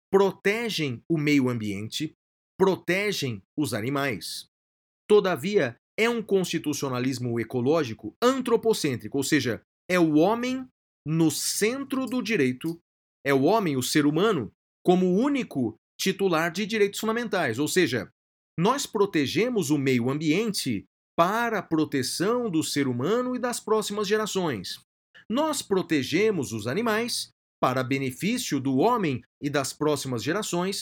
protegem o meio ambiente, protegem os animais. Todavia, é um constitucionalismo ecológico antropocêntrico, ou seja, é o homem no centro do direito, é o homem, o ser humano, como único titular de direitos fundamentais. Ou seja, nós protegemos o meio ambiente para a proteção do ser humano e das próximas gerações. Nós protegemos os animais para benefício do homem e das próximas gerações,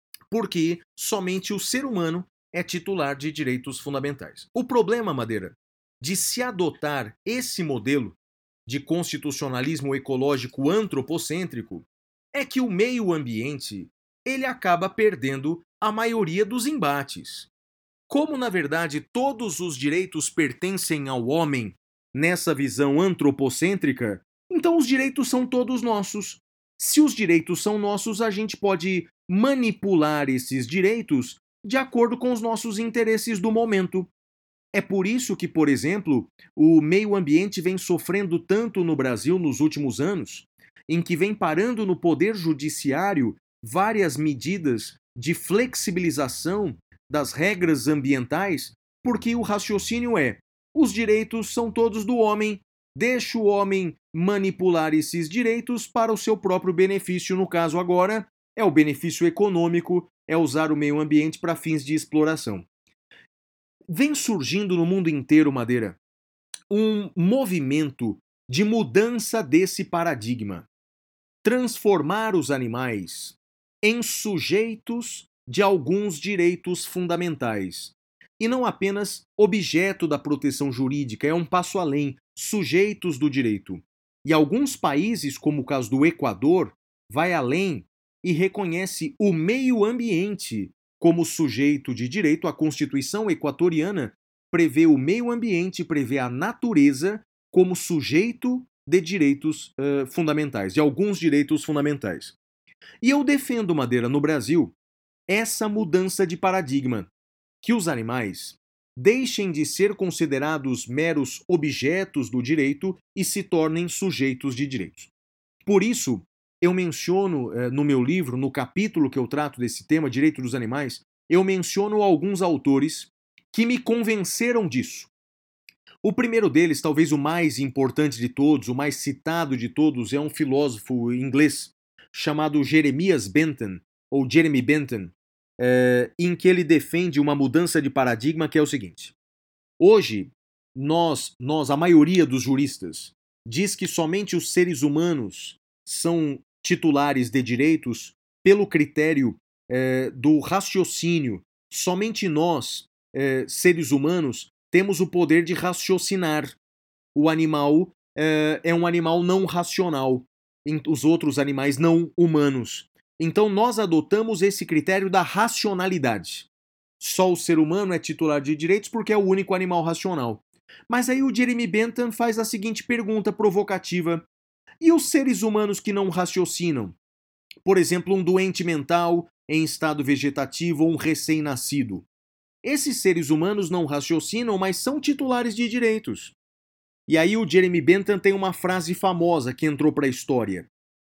porque somente o ser humano é titular de direitos fundamentais. O problema, Madeira, de se adotar esse modelo de constitucionalismo ecológico antropocêntrico é que o meio ambiente ele acaba perdendo a maioria dos embates. Como, na verdade, todos os direitos pertencem ao homem nessa visão antropocêntrica, então os direitos são todos nossos. Se os direitos são nossos, a gente pode manipular esses direitos de acordo com os nossos interesses do momento. É por isso que, por exemplo, o meio ambiente vem sofrendo tanto no Brasil nos últimos anos, em que vem parando no poder judiciário várias medidas de flexibilização das regras ambientais, porque o raciocínio é: os direitos são todos do homem, deixa o homem manipular esses direitos para o seu próprio benefício. No caso agora, é o benefício econômico, é usar o meio ambiente para fins de exploração. Vem surgindo no mundo inteiro, Madeira, um movimento de mudança desse paradigma. Transformar os animais em sujeitos de alguns direitos fundamentais. E não apenas objeto da proteção jurídica, é um passo além, sujeitos do direito. E alguns países, como o caso do Equador, vai além e reconhece o meio ambiente como sujeito de direito. A Constituição equatoriana prevê o meio ambiente, prevê a natureza como sujeito de direitos fundamentais, de alguns direitos fundamentais. E eu defendo, Madeira, no Brasil, essa mudança de paradigma, que os animais deixem de ser considerados meros objetos do direito e se tornem sujeitos de direitos. Por isso, eu menciono no meu livro, no capítulo que eu trato desse tema, Direito dos Animais, eu menciono alguns autores que me convenceram disso. O primeiro deles, talvez o mais importante de todos, o mais citado de todos, é um filósofo inglês chamado Jeremias Bentham, ou Jeremy Bentham, em que ele defende uma mudança de paradigma que é o seguinte: hoje, a maioria dos juristas, diz que somente os seres humanos são titulares de direitos pelo critério do raciocínio. Somente nós, seres humanos, temos o poder de raciocinar. O animal é um animal não racional, os outros animais não humanos. Então nós adotamos esse critério da racionalidade. Só o ser humano é titular de direitos porque é o único animal racional. Mas aí o Jeremy Bentham faz a seguinte pergunta provocativa: e os seres humanos que não raciocinam? Por exemplo, um doente mental em estado vegetativo ou um recém-nascido. Esses seres humanos não raciocinam, mas são titulares de direitos. E aí o Jeremy Bentham tem uma frase famosa que entrou para a história.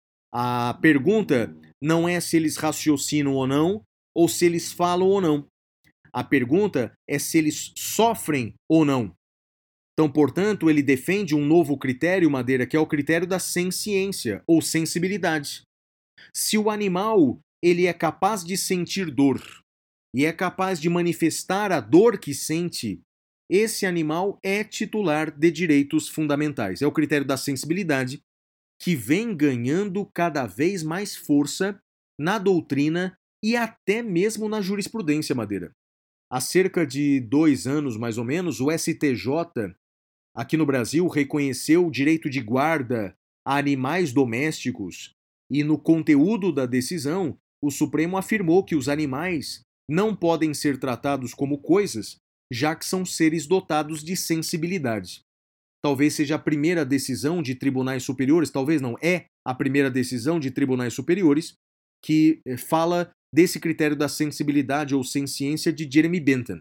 A pergunta não é se eles raciocinam ou se eles falam ou não. A pergunta é se eles sofrem ou não. Então, portanto, ele defende um novo critério, Madeira, que é o critério da senciência ou sensibilidade. Se o animal ele é capaz de sentir dor e é capaz de manifestar a dor que sente, esse animal é titular de direitos fundamentais. É o critério da sensibilidade que vem ganhando cada vez mais força na doutrina e até mesmo na jurisprudência, Madeira. Há cerca de 2 anos, mais ou menos, o STJ, aqui no Brasil, reconheceu o direito de guarda a animais domésticos e no conteúdo da decisão, o Supremo afirmou que os animais não podem ser tratados como coisas, já que são seres dotados de sensibilidade. Talvez seja a primeira decisão de tribunais superiores, talvez não, é a primeira decisão de tribunais superiores que fala desse critério da sensibilidade ou senciência de Jeremy Bentham.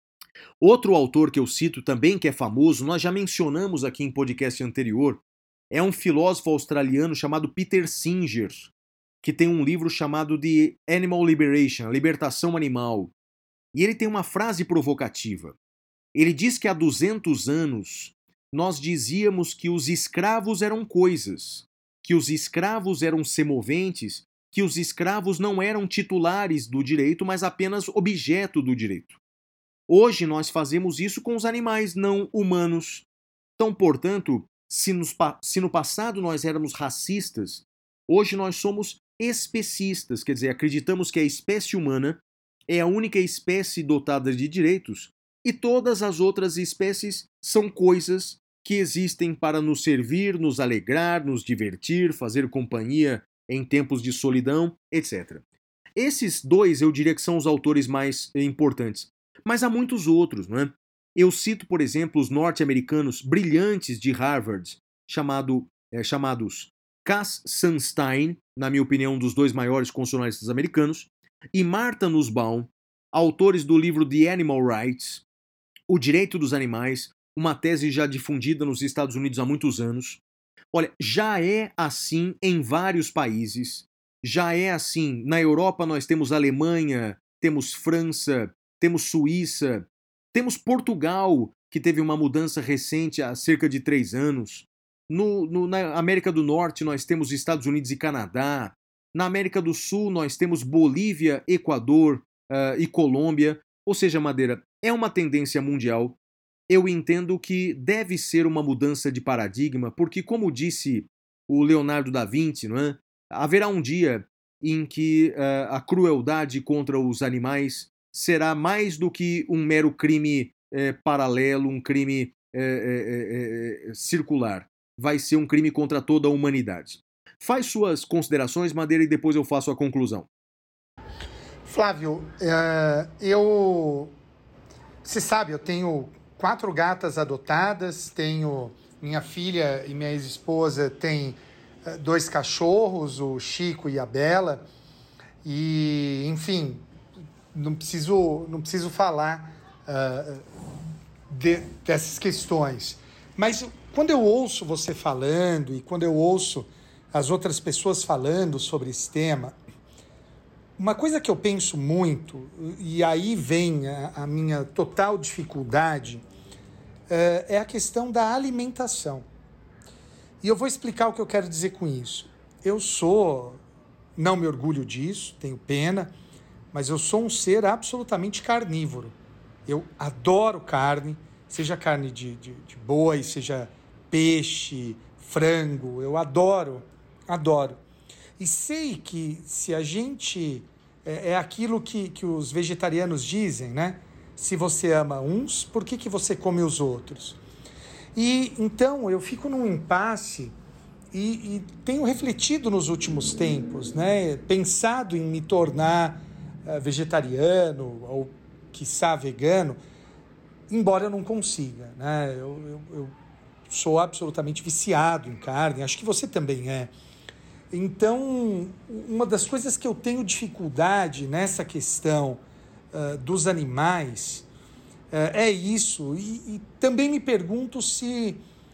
Outro autor que eu cito também, que é famoso, nós já mencionamos aqui em podcast anterior, é um filósofo australiano chamado Peter Singer, que tem um livro chamado The Animal Liberation, a libertação animal. E ele tem uma frase provocativa. Ele diz que há 200 anos nós dizíamos que os escravos eram coisas, que os escravos eram semoventes, que os escravos não eram titulares do direito, mas apenas objeto do direito. Hoje nós fazemos isso com os animais não humanos. Então, portanto, se no passado nós éramos racistas, hoje nós somos especistas, quer dizer, acreditamos que a espécie humana é a única espécie dotada de direitos e todas as outras espécies são coisas que existem para nos servir, nos alegrar, nos divertir, fazer companhia em tempos de solidão, etc. Esses dois eu diria que são os autores mais importantes, mas há muitos outros, não é? Eu cito, por exemplo, os norte-americanos brilhantes de Harvard, chamados Cass Sunstein, na minha opinião, um dos 2 maiores constitucionalistas americanos, e Martha Nussbaum, autores do livro The Animal Rights, O Direito dos Animais, uma tese já difundida nos Estados Unidos há muitos anos. Olha, já é assim em vários países, já é assim. Na Europa nós temos Alemanha, temos França, temos Suíça, temos Portugal, que teve uma mudança recente há cerca de 3 anos. Na América do Norte nós temos Estados Unidos e Canadá. Na América do Sul nós temos Bolívia, Equador e Colômbia. Ou seja, Madeira, é uma tendência mundial. Eu entendo que deve ser uma mudança de paradigma, porque, como disse o Leonardo da Vinci, não é? Haverá um dia em que a crueldade contra os animais será mais do que um mero crime paralelo, um crime circular. Vai ser um crime contra toda a humanidade. Faz suas considerações, Madeira, e depois eu faço a conclusão. Flávio, você sabe, eu tenho 4 gatas adotadas, tenho minha filha e minha ex-esposa têm 2 cachorros, o Chico e a Bela, e, enfim, não preciso falar dessas questões. Mas quando eu ouço você falando e quando eu ouço as outras pessoas falando sobre esse tema, uma coisa que eu penso muito, e aí vem a minha total dificuldade, é a questão da alimentação. E eu vou explicar o que eu quero dizer com isso. Não me orgulho disso, tenho pena, mas eu sou um ser absolutamente carnívoro. Eu adoro carne, seja carne de boi, seja peixe, frango, eu adoro. E sei que se a gente... É aquilo que os vegetarianos dizem, né? Se você ama uns, por que você come os outros? E então eu fico num impasse e tenho refletido nos últimos tempos, né? Pensado em me tornar vegetariano ou, quiçá, vegano, embora eu não consiga, né? Eu sou absolutamente viciado em carne, acho que você também é. Então, uma das coisas que eu tenho dificuldade nessa questão dos animais é isso. E também me pergunto se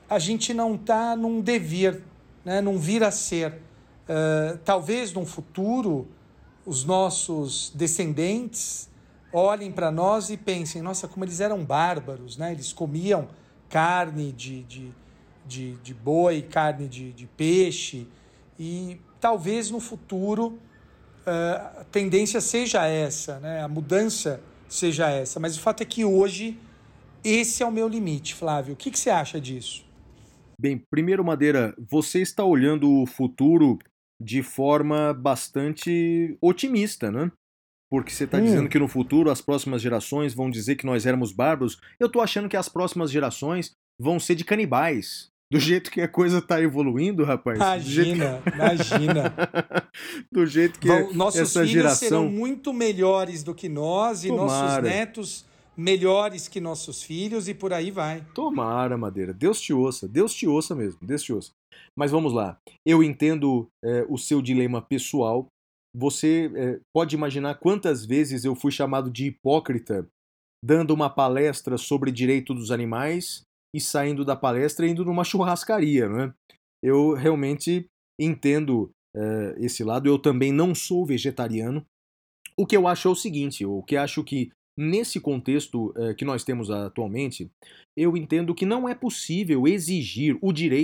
a gente não está num devir, né? Num vir a ser. Talvez num futuro os nossos descendentes olhem para nós e pensem, nossa, como eles eram bárbaros, né? Eles comiam carne de boi, carne de peixe, e talvez no futuro a tendência seja essa, né? A mudança seja essa, mas o fato é que hoje esse é o meu limite, Flávio. O que você acha disso? Bem, primeiro, Madeira, você está olhando o futuro de forma bastante otimista, né? Porque você está dizendo que no futuro as próximas gerações vão dizer que nós éramos bárbaros. Eu estou achando que as próximas gerações vão ser de canibais. Do jeito que a coisa está evoluindo, rapaz. Imagina. Do jeito que nossos essa filhos geração... serão muito melhores do que nós e Tomara. nossos netos melhores que nossos filhos, e por aí vai. Tomara, Madeira. Deus te ouça mesmo, Deus te ouça. Mas vamos lá. Eu entendo o seu dilema pessoal. Você pode imaginar quantas vezes eu fui chamado de hipócrita dando uma palestra sobre direito dos animais e saindo da palestra e indo numa churrascaria, não é? Eu realmente entendo esse lado. Eu também não sou vegetariano. O que eu acho é o seguinte, que nesse contexto que nós temos atualmente, eu entendo que não é possível exigir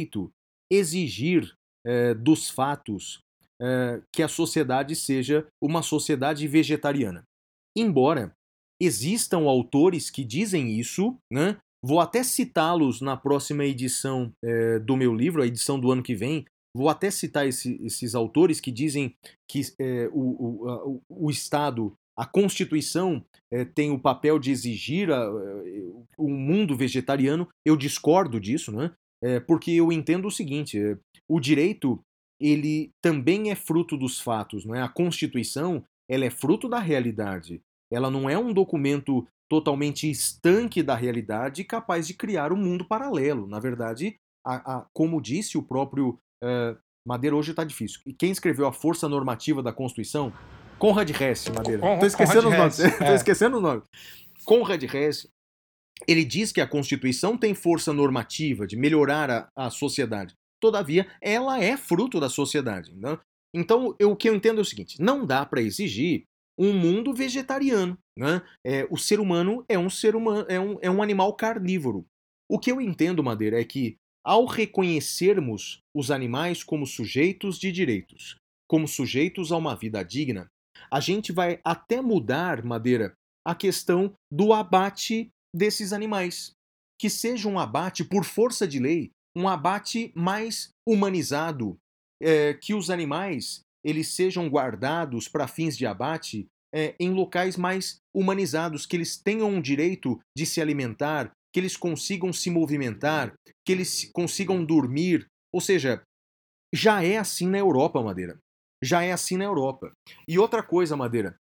dos fatos que a sociedade seja uma sociedade vegetariana. Embora existam autores que dizem isso, né? Vou até citá-los na próxima edição do meu livro, a edição do ano que vem. Vou até citar esses autores que dizem que o Estado, a Constituição, tem o papel de exigir um mundo vegetariano. Eu discordo disso, né? Porque eu entendo o seguinte, o direito ele também é fruto dos fatos, não é? A Constituição ela é fruto da realidade. Ela não é um documento totalmente estanque da realidade, capaz de criar um mundo paralelo. Na verdade, como disse o próprio... Madeira, hoje está difícil. E quem escreveu a força normativa da Constituição? Conrad Hess, Madeira. Estou esquecendo os nomes. Conrad Hess, ele diz que a Constituição tem força normativa de melhorar a sociedade. Todavia, ela é fruto da sociedade. Né? Então, o que eu entendo é o seguinte, não dá para exigir um mundo vegetariano. Né? O ser humano é um animal carnívoro. O que eu entendo, Madeira, é que ao reconhecermos os animais como sujeitos de direitos, como sujeitos a uma vida digna, a gente vai até mudar, Madeira, a questão do abate desses animais. Que seja um abate, por força de lei, um abate mais humanizado, que os animais eles sejam guardados para fins de abate em locais mais humanizados, que eles tenham o direito de se alimentar, que eles consigam se movimentar, que eles consigam dormir. Ou seja, já é assim na Europa, Madeira. Já é assim na Europa. E outra coisa, Madeira,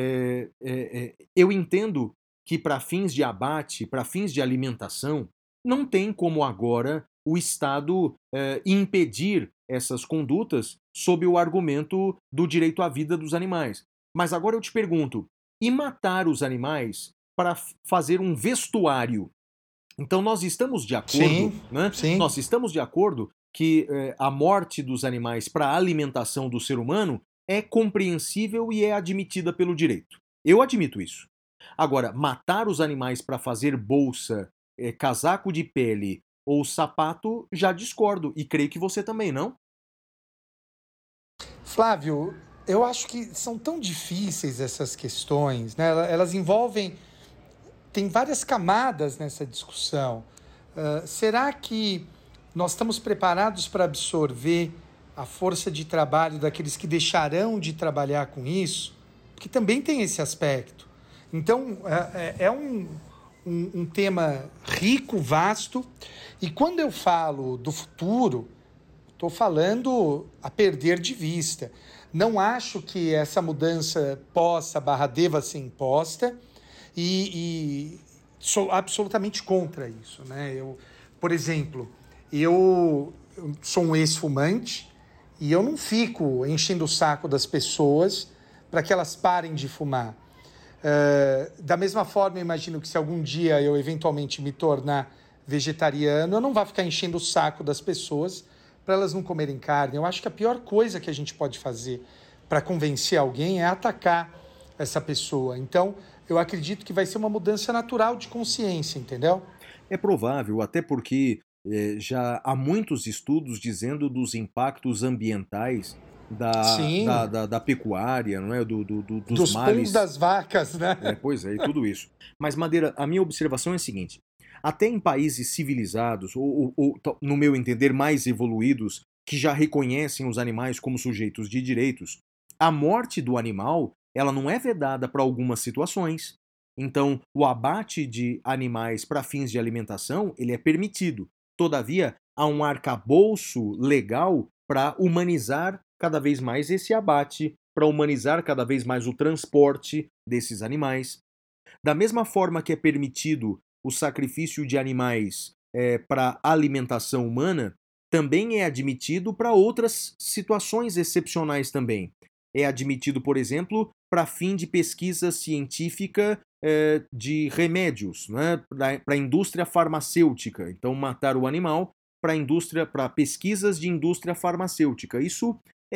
eu entendo que para fins de abate, para fins de alimentação, não tem como agora o Estado impedir essas condutas sob o argumento do direito à vida dos animais. Mas agora eu te pergunto, e matar os animais para fazer um vestuário? Então nós estamos de acordo, sim, né? Sim. Nós estamos de acordo que a morte dos animais para a alimentação do ser humano é compreensível e é admitida pelo direito. Eu admito isso. Agora, matar os animais para fazer bolsa, casaco de pele ou sapato, já discordo. E creio que você também, não? Flávio, eu acho que são tão difíceis essas questões, né? Elas envolvem... Tem várias camadas nessa discussão. Será que nós estamos preparados para absorver a força de trabalho daqueles que deixarão de trabalhar com isso? Porque também tem esse aspecto. Então, é um tema rico, vasto. E quando eu falo do futuro, estou falando a perder de vista. Não acho que essa mudança deva ser imposta. E sou absolutamente contra isso, né? Por exemplo, eu sou um ex-fumante e eu não fico enchendo o saco das pessoas para que elas parem de fumar. Da mesma forma, eu imagino que se algum dia eu eventualmente me tornar vegetariano, não vá ficar enchendo o saco das pessoas para elas não comerem carne. Eu acho que a pior coisa que a gente pode fazer para convencer alguém é atacar essa pessoa. Então, eu acredito que vai ser uma mudança natural de consciência, entendeu? É provável, até porque já há muitos estudos dizendo dos impactos ambientais Sim, da pecuária, não é? Dos dos puns males. das vacas, né? Pois é, e tudo isso. Mas, Madeira, a minha observação é a seguinte: até em países civilizados, no meu entender, mais evoluídos, que já reconhecem os animais como sujeitos de direitos, a morte do animal, ela não é vedada para algumas situações. Então, o abate de animais para fins de alimentação, ele é permitido. Todavia, há um arcabouço legal para humanizar cada vez mais esse abate, para humanizar cada vez mais o transporte desses animais. Da mesma forma que é permitido o sacrifício de animais para alimentação humana, também é admitido para outras situações excepcionais também. É admitido, por exemplo, para fim de pesquisa científica de remédios, né? Para a indústria farmacêutica. Então, matar o animal para pesquisas de indústria farmacêutica. Isso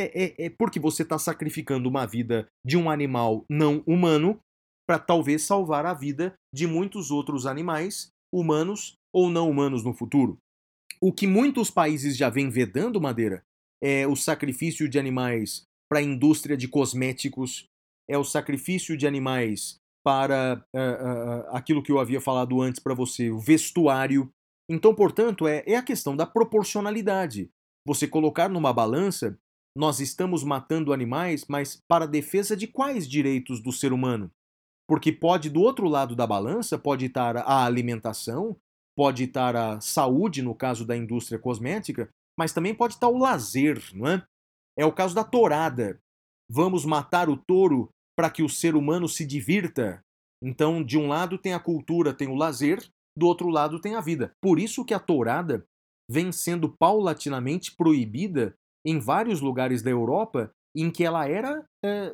é porque você está sacrificando uma vida de um animal não humano para talvez salvar a vida de muitos outros animais, humanos ou não humanos no futuro. O que muitos países já vêm vedando, Madeira, é o sacrifício de animais para a indústria de cosméticos, é o sacrifício de animais para aquilo que eu havia falado antes para você, o vestuário. Então, portanto, é a questão da proporcionalidade. Você colocar numa balança, nós estamos matando animais, mas para a defesa de quais direitos do ser humano? Porque pode, do outro lado da balança, pode estar a alimentação, pode estar a saúde, no caso da indústria cosmética, mas também pode estar o lazer, não é? É o caso da tourada. Vamos matar o touro para que o ser humano se divirta. Então, de um lado tem a cultura, tem o lazer, do outro lado tem a vida. Por isso que a tourada vem sendo paulatinamente proibida em vários lugares da Europa em que ela era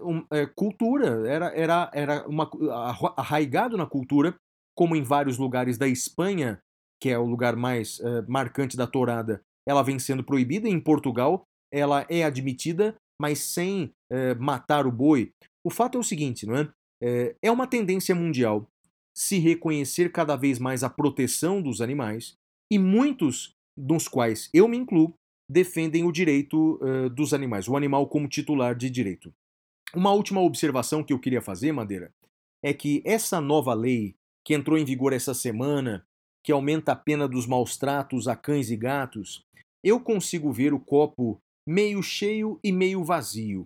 cultura, era arraigado na cultura, como em vários lugares da Espanha, que é o lugar mais marcante da tourada, ela vem sendo proibida. Em Portugal, ela é admitida, mas sem matar o boi. O fato é o seguinte, não é? É uma tendência mundial se reconhecer cada vez mais a proteção dos animais, e muitos, dos quais eu me incluo, defendem o direito dos animais, o animal como titular de direito. Uma última observação que eu queria fazer, Madeira, é que essa nova lei que entrou em vigor essa semana, que aumenta a pena dos maus tratos a cães e gatos, eu consigo ver o copo meio cheio e meio vazio.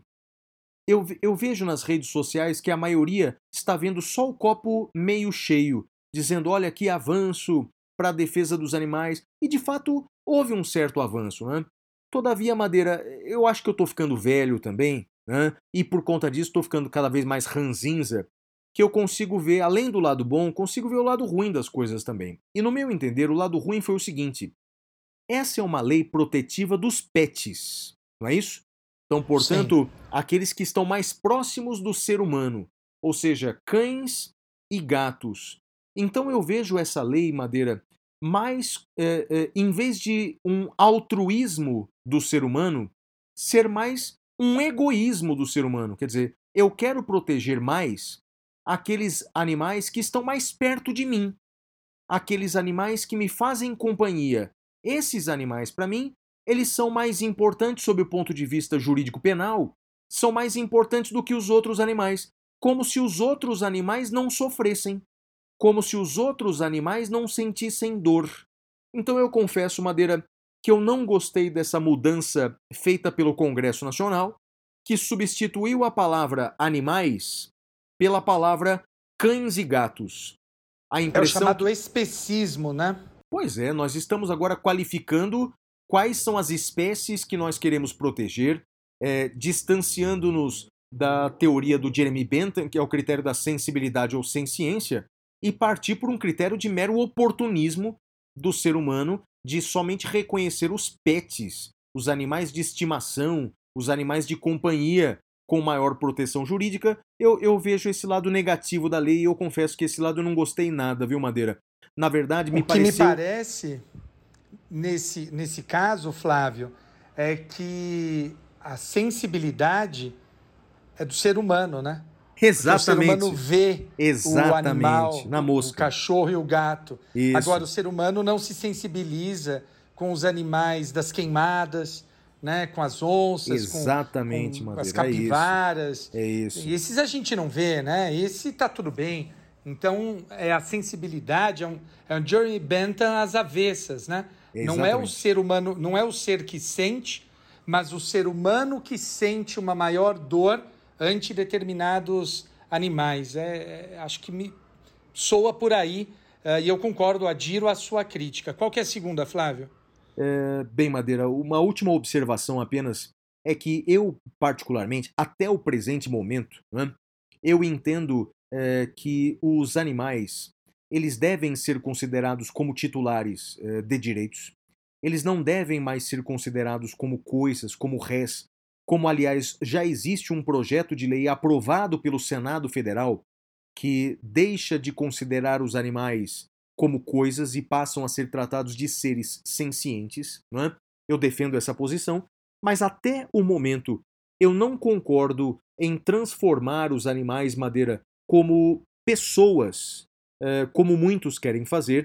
Eu vejo nas redes sociais que a maioria está vendo só o copo meio cheio, dizendo, olha que avanço para a defesa dos animais, e de fato houve um certo avanço, né? Todavia, Madeira, eu acho que eu estou ficando velho também, né? E por conta disso estou ficando cada vez mais ranzinza, que eu consigo ver, além do lado bom, consigo ver o lado ruim das coisas também. E no meu entender, o lado ruim foi o seguinte: essa é uma lei protetiva dos pets, não é isso? Então, portanto, aqueles que estão mais próximos do ser humano, ou seja, cães e gatos. Então eu vejo essa lei, Madeira, mais, em vez de um altruísmo do ser humano, ser mais um egoísmo do ser humano. Quer dizer, eu quero proteger mais aqueles animais que estão mais perto de mim, aqueles animais que me fazem companhia. Esses animais, para mim, eles são mais importantes sob o ponto de vista jurídico penal, são mais importantes do que os outros animais, como se os outros animais não sofressem, como se os outros animais não sentissem dor. Então eu confesso, Madeira, que eu não gostei dessa mudança feita pelo Congresso Nacional, que substituiu a palavra animais pela palavra cães e gatos. A É o impressão chamado especismo, né? Pois é, nós estamos agora qualificando quais são as espécies que nós queremos proteger, distanciando-nos da teoria do Jeremy Bentham, que é o critério da sensibilidade ou senciência, e partir por um critério de mero oportunismo do ser humano, de somente reconhecer os pets, os animais de estimação, os animais de companhia com maior proteção jurídica. Eu vejo esse lado negativo da lei e eu confesso que esse lado eu não gostei nada, viu, Madeira? na verdade, me O que me pareceu... parece, nesse caso, Flávio, é que a sensibilidade é do ser humano, né? Porque Exatamente. o ser humano vê o animal, na o mosca. cachorro e o gato. Isso. Agora, o ser humano não se sensibiliza com os animais das queimadas, né? Com as onças, Exatamente, com Madeira, as capivaras. É isso. E esses a gente não vê, né? Esse tá tudo bem. Então, a sensibilidade é um Jeremy Bentham às avessas, né? Não é o Exatamente. ser humano, não é o ser que sente, mas o ser humano que sente uma maior dor ante determinados animais. Acho que me soa por aí, e eu concordo, adiro a sua crítica. Qual que é a segunda, Flávio? Bem, Madeira, uma última observação apenas é que eu, particularmente, até o presente momento, né, eu entendo que os animais, eles devem ser considerados como titulares de direitos. Eles não devem mais ser considerados como coisas, como res, como, aliás, já existe um projeto de lei aprovado pelo Senado Federal que deixa de considerar os animais como coisas e passam a ser tratados de seres sencientes, não é? Eu defendo essa posição, mas até o momento eu não concordo em transformar os animais, Madeira, como pessoas, como muitos querem fazer.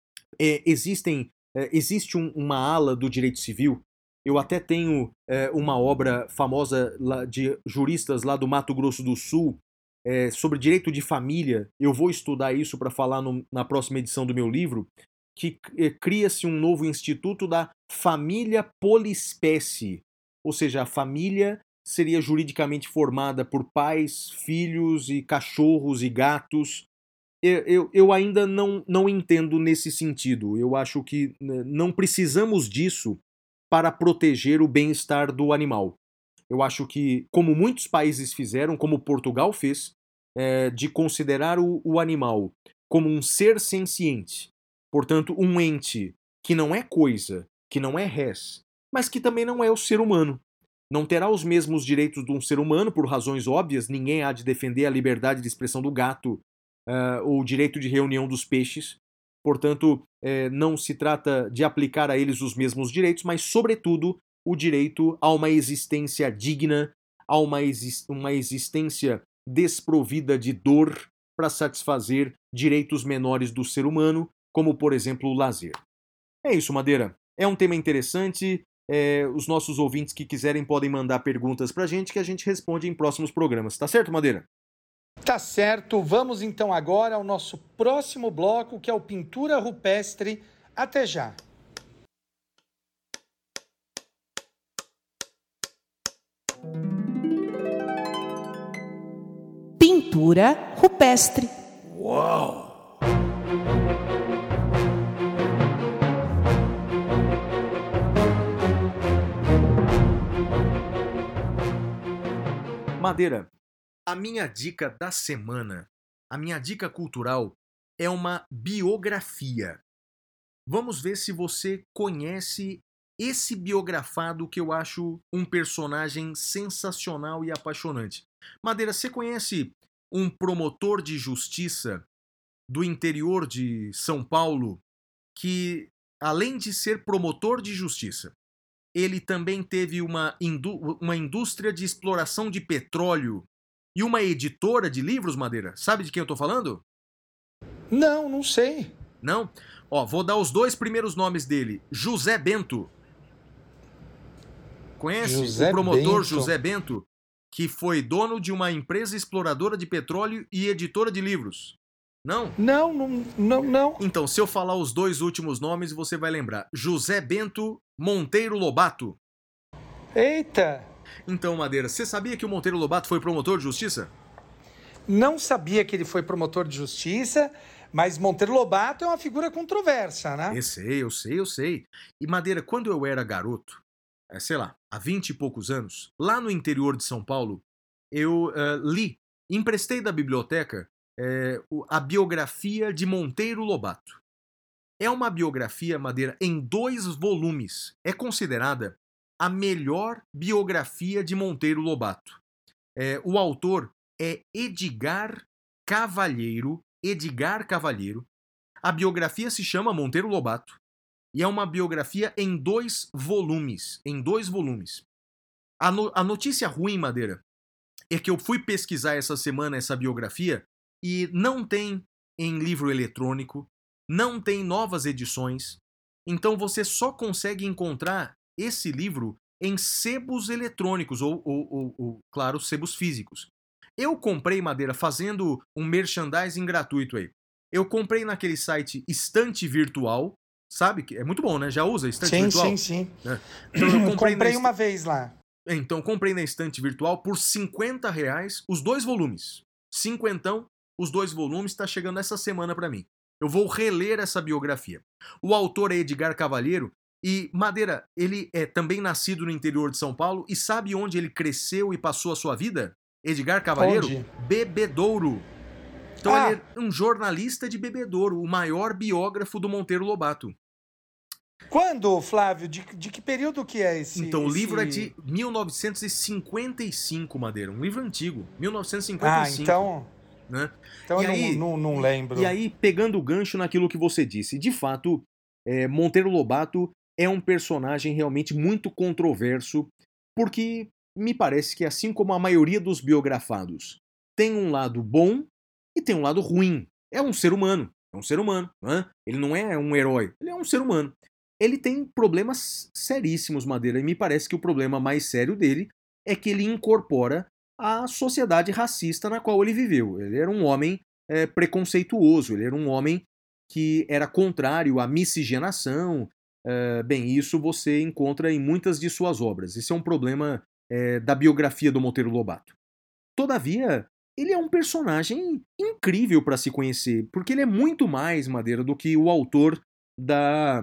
Existe uma ala do direito civil. Eu até tenho uma obra famosa de juristas lá do Mato Grosso do Sul sobre direito de família. Eu vou estudar isso para falar na próxima edição do meu livro, que cria-se um novo instituto da família poliespécie, ou seja, a família seria juridicamente formada por pais, filhos e cachorros e gatos. Eu ainda não entendo nesse sentido. Eu acho que não precisamos disso para proteger o bem-estar do animal. Eu acho que, como muitos países fizeram, como Portugal fez, de considerar o animal como um ser senciente, portanto, um ente que não é coisa, que não é res, mas que também não é o ser humano. Não terá os mesmos direitos de um ser humano, por razões óbvias. Ninguém há de defender a liberdade de expressão do gato ou o direito de reunião dos peixes. Portanto, não se trata de aplicar a eles os mesmos direitos, mas, sobretudo, o direito a uma existência digna, a uma existência desprovida de dor para satisfazer direitos menores do ser humano, como, por exemplo, o lazer. É isso, Madeira. É um tema interessante. Os nossos ouvintes que quiserem podem mandar perguntas para a gente que a gente responde em próximos programas. Tá certo, Madeira? Tá certo. Vamos então agora ao nosso próximo bloco, que é o Pintura Rupestre. Até já. Pintura rupestre. Uau! Madeira, a minha dica da semana, a minha dica cultural é uma biografia. Vamos ver se você conhece esse biografado que eu acho um personagem sensacional e apaixonante. Madeira, você conhece um promotor de justiça do interior de São Paulo que, além de ser promotor de justiça, ele também teve uma indústria de exploração de petróleo e uma editora de livros, Madeira? Sabe de quem eu tô falando? Não sei. Não? Ó, vou dar os dois primeiros nomes dele. José Bento. Conhece José o promotor Bento. José Bento? Que foi dono de uma empresa exploradora de petróleo e editora de livros. Não? Não. Então, se eu falar os dois últimos nomes, você vai lembrar. José Bento Monteiro Lobato. Eita! Então, Madeira, você sabia que o Monteiro Lobato foi promotor de justiça? Não sabia que ele foi promotor de justiça, mas Monteiro Lobato é uma figura controversa, né? Eu sei. E, Madeira, quando eu era garoto, sei lá, há 20 e poucos anos, lá no interior de São Paulo, eu emprestei da biblioteca a biografia de Monteiro Lobato. É uma biografia, Madeira, em 2 volumes. É considerada a melhor biografia de Monteiro Lobato. O autor é Edgar Cavalheiro. A biografia se chama Monteiro Lobato e é uma biografia em 2 volumes. A notícia ruim, Madeira, é que eu fui pesquisar essa semana essa biografia e não tem em livro eletrônico, não tem novas edições, então você só consegue encontrar esse livro em sebos eletrônicos ou claro, sebos físicos. Eu comprei, Madeira, fazendo um merchandising gratuito aí. Eu comprei naquele site Estante Virtual, sabe? É muito bom, né? Já usa Estante Virtual? Sim. É. Então, eu comprei uma vez lá. Então, comprei na Estante Virtual por R$50 os 2 volumes. Cinquentão, os 2 volumes, está chegando essa semana para mim. Eu vou reler essa biografia. O autor é Edgar Cavalheiro e, Madeira, ele é também nascido no interior de São Paulo e sabe onde ele cresceu e passou a sua vida? Edgar Cavalheiro? Onde? Bebedouro. Então ele é um jornalista de Bebedouro, o maior biógrafo do Monteiro Lobato. Quando, Flávio? De que período que é esse? Então, o livro é de 1955, Madeira. Um livro antigo. 1955. Então... Né? Então e eu aí, não lembro. E aí, pegando o gancho naquilo que você disse, de fato, Monteiro Lobato é um personagem realmente muito controverso, porque me parece que, assim como a maioria dos biografados, tem um lado bom e tem um lado ruim. É um ser humano. Né? Ele não é um herói, ele é um ser humano. Ele tem problemas seríssimos, Madeira, e me parece que o problema mais sério dele é que ele incorpora a sociedade racista na qual ele viveu. Ele era um homem preconceituoso, ele era um homem que era contrário à miscigenação. Bem, isso você encontra em muitas de suas obras. Esse é um problema da biografia do Monteiro Lobato. Todavia, ele é um personagem incrível para se conhecer, porque ele é muito mais, Madeira, do que o autor da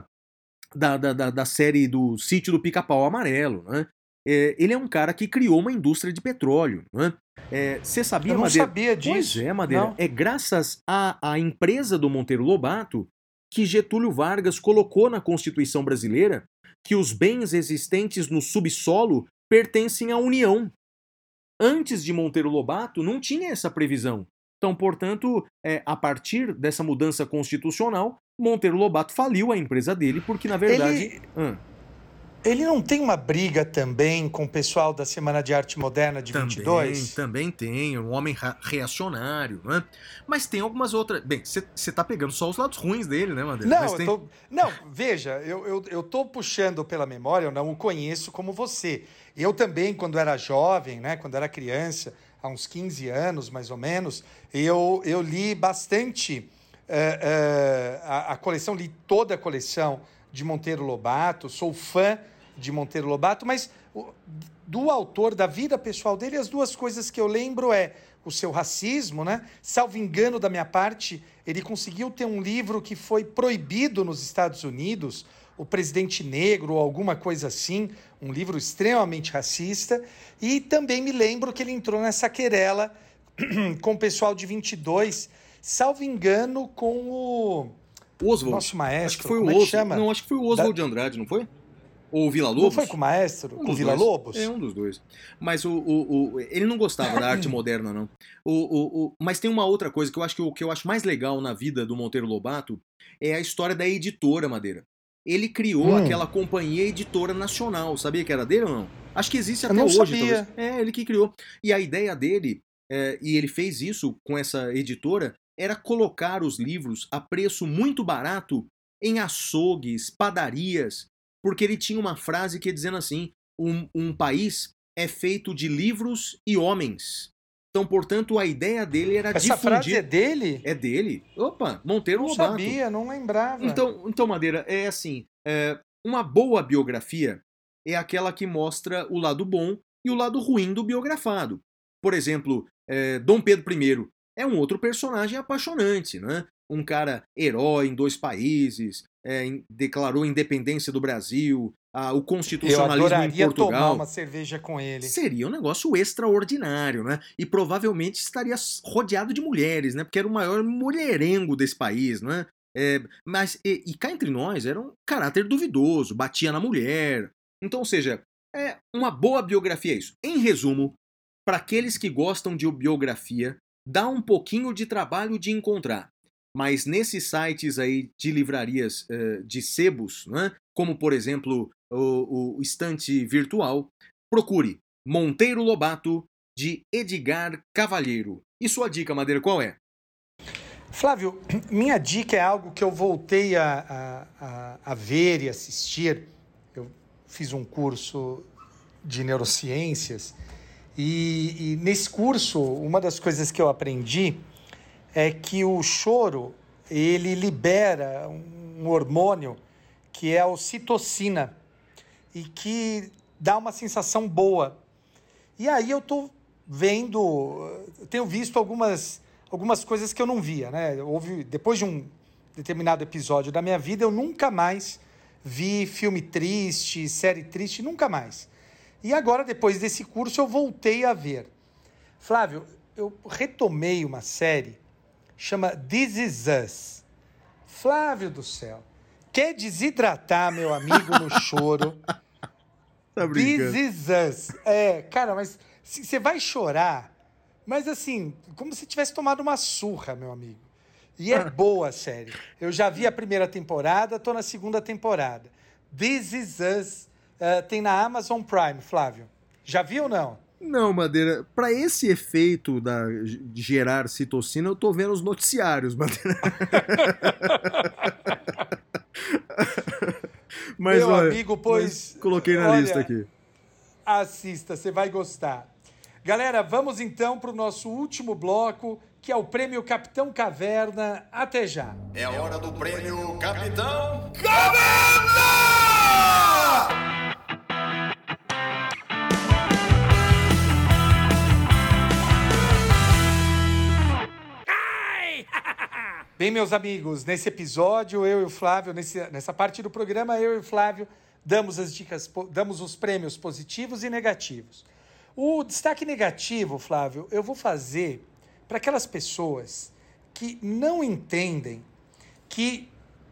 série do Sítio do Pica-Pau Amarelo, né? Ele é um cara que criou uma indústria de petróleo, né? Você sabia, Eu não Madeira? sabia disso. Pois é, Madeira. Não. É graças à empresa do Monteiro Lobato que Getúlio Vargas colocou na Constituição brasileira que os bens existentes no subsolo pertencem à União. Antes de Monteiro Lobato, não tinha essa previsão. Então, portanto, a partir dessa mudança constitucional, Monteiro Lobato faliu a empresa dele, porque, na verdade... Ele não tem uma briga também com o pessoal da Semana de Arte Moderna de 22? Também tem, um homem reacionário, né? Mas tem algumas outras... Bem, você tá pegando só os lados ruins dele, né, Madeira? Não, veja, eu tô puxando pela memória, eu não o conheço como você. Eu também, quando era jovem, né, quando era criança, há uns 15 anos, mais ou menos, eu li bastante a coleção, li toda a coleção de Monteiro Lobato, sou fã de Monteiro Lobato, mas do autor, da vida pessoal dele, as duas coisas que eu lembro é o seu racismo, né? Salvo engano da minha parte, ele conseguiu ter um livro que foi proibido nos Estados Unidos, O Presidente Negro, ou alguma coisa assim, um livro extremamente racista, e também me lembro que ele entrou nessa querela com o pessoal de 22, salvo engano com o Oswald. Nosso maestro. Acho que foi como o Oswald. Chama? Não, acho que foi o Oswald de Andrade, não foi? Ou o Vila Lobos? Não foi com o maestro? Com o Vila Lobos? É um dos dois. Mas ele não gostava da arte moderna, não. Mas tem uma outra coisa que eu acho mais legal na vida do Monteiro Lobato é a história da editora, Madeira. Ele criou aquela companhia editora nacional. Sabia que era dele ou não? Acho que existe até hoje. Sabia. Talvez. É, ele que criou. E a ideia dele, e ele fez isso com essa editora, era colocar os livros a preço muito barato em açougues, padarias, porque ele tinha uma frase que ia dizendo assim, um país é feito de livros e homens. Então, portanto, a ideia dele era difundir... Essa frase é dele? É dele. Opa, Monteiro Lobato. Não sabia, não lembrava. Então, Madeira, é assim, uma boa biografia é aquela que mostra o lado bom e o lado ruim do biografado. Por exemplo, Dom Pedro I é um outro personagem apaixonante, né? Um cara herói em 2 países, declarou a independência do Brasil, o constitucionalismo em Portugal. Eu adoraria tomar uma cerveja com ele. Seria um negócio extraordinário, né? E provavelmente estaria rodeado de mulheres, né? Porque era o maior mulherengo desse país, né? Mas cá entre nós, era um caráter duvidoso, batia na mulher. Então, ou seja, uma boa biografia é isso. Em resumo, para aqueles que gostam de biografia, dá um pouquinho de trabalho de encontrar. mas nesses sites aí de livrarias de sebos, né, como por exemplo o Estante Virtual, procure Monteiro Lobato, de Edgar Cavalheiro. E sua dica, Madeira, qual é? Flávio, minha dica é algo que eu voltei a ver e assistir. Eu fiz um curso de neurociências e nesse curso, uma das coisas que eu aprendi é que o choro, ele libera um hormônio que é a ocitocina e que dá uma sensação boa. E aí eu tenho visto algumas coisas que eu não via, né? Depois de um determinado episódio da minha vida, eu nunca mais vi filme triste, série triste, nunca mais. E agora, depois desse curso, eu voltei a ver. Flávio, eu retomei uma série, chama This Is Us. Flávio do céu, quer desidratar meu amigo no choro? Tá brincando. This Is Us. Cara, mas você vai chorar, mas assim, como se tivesse tomado uma surra, meu amigo. E é boa a série. Eu já vi a primeira temporada, tô na segunda temporada. This Is Us tem na Amazon Prime, Flávio. Já viu ou não? Não, Madeira, para esse efeito de gerar citocina, eu tô vendo os noticiários, Madeira. Mas, meu olha, amigo, pois... coloquei na lista aqui. Assista, você vai gostar. Galera, vamos então para o nosso último bloco, que é o Prêmio Capitão Caverna. Até já. É a hora do Prêmio Capitão Caverna! Bem, meus amigos, nesse episódio, eu e o Flávio, nessa parte do programa, eu e o Flávio damos as dicas, damos os prêmios positivos e negativos. O destaque negativo, Flávio, eu vou fazer para aquelas pessoas que não entendem que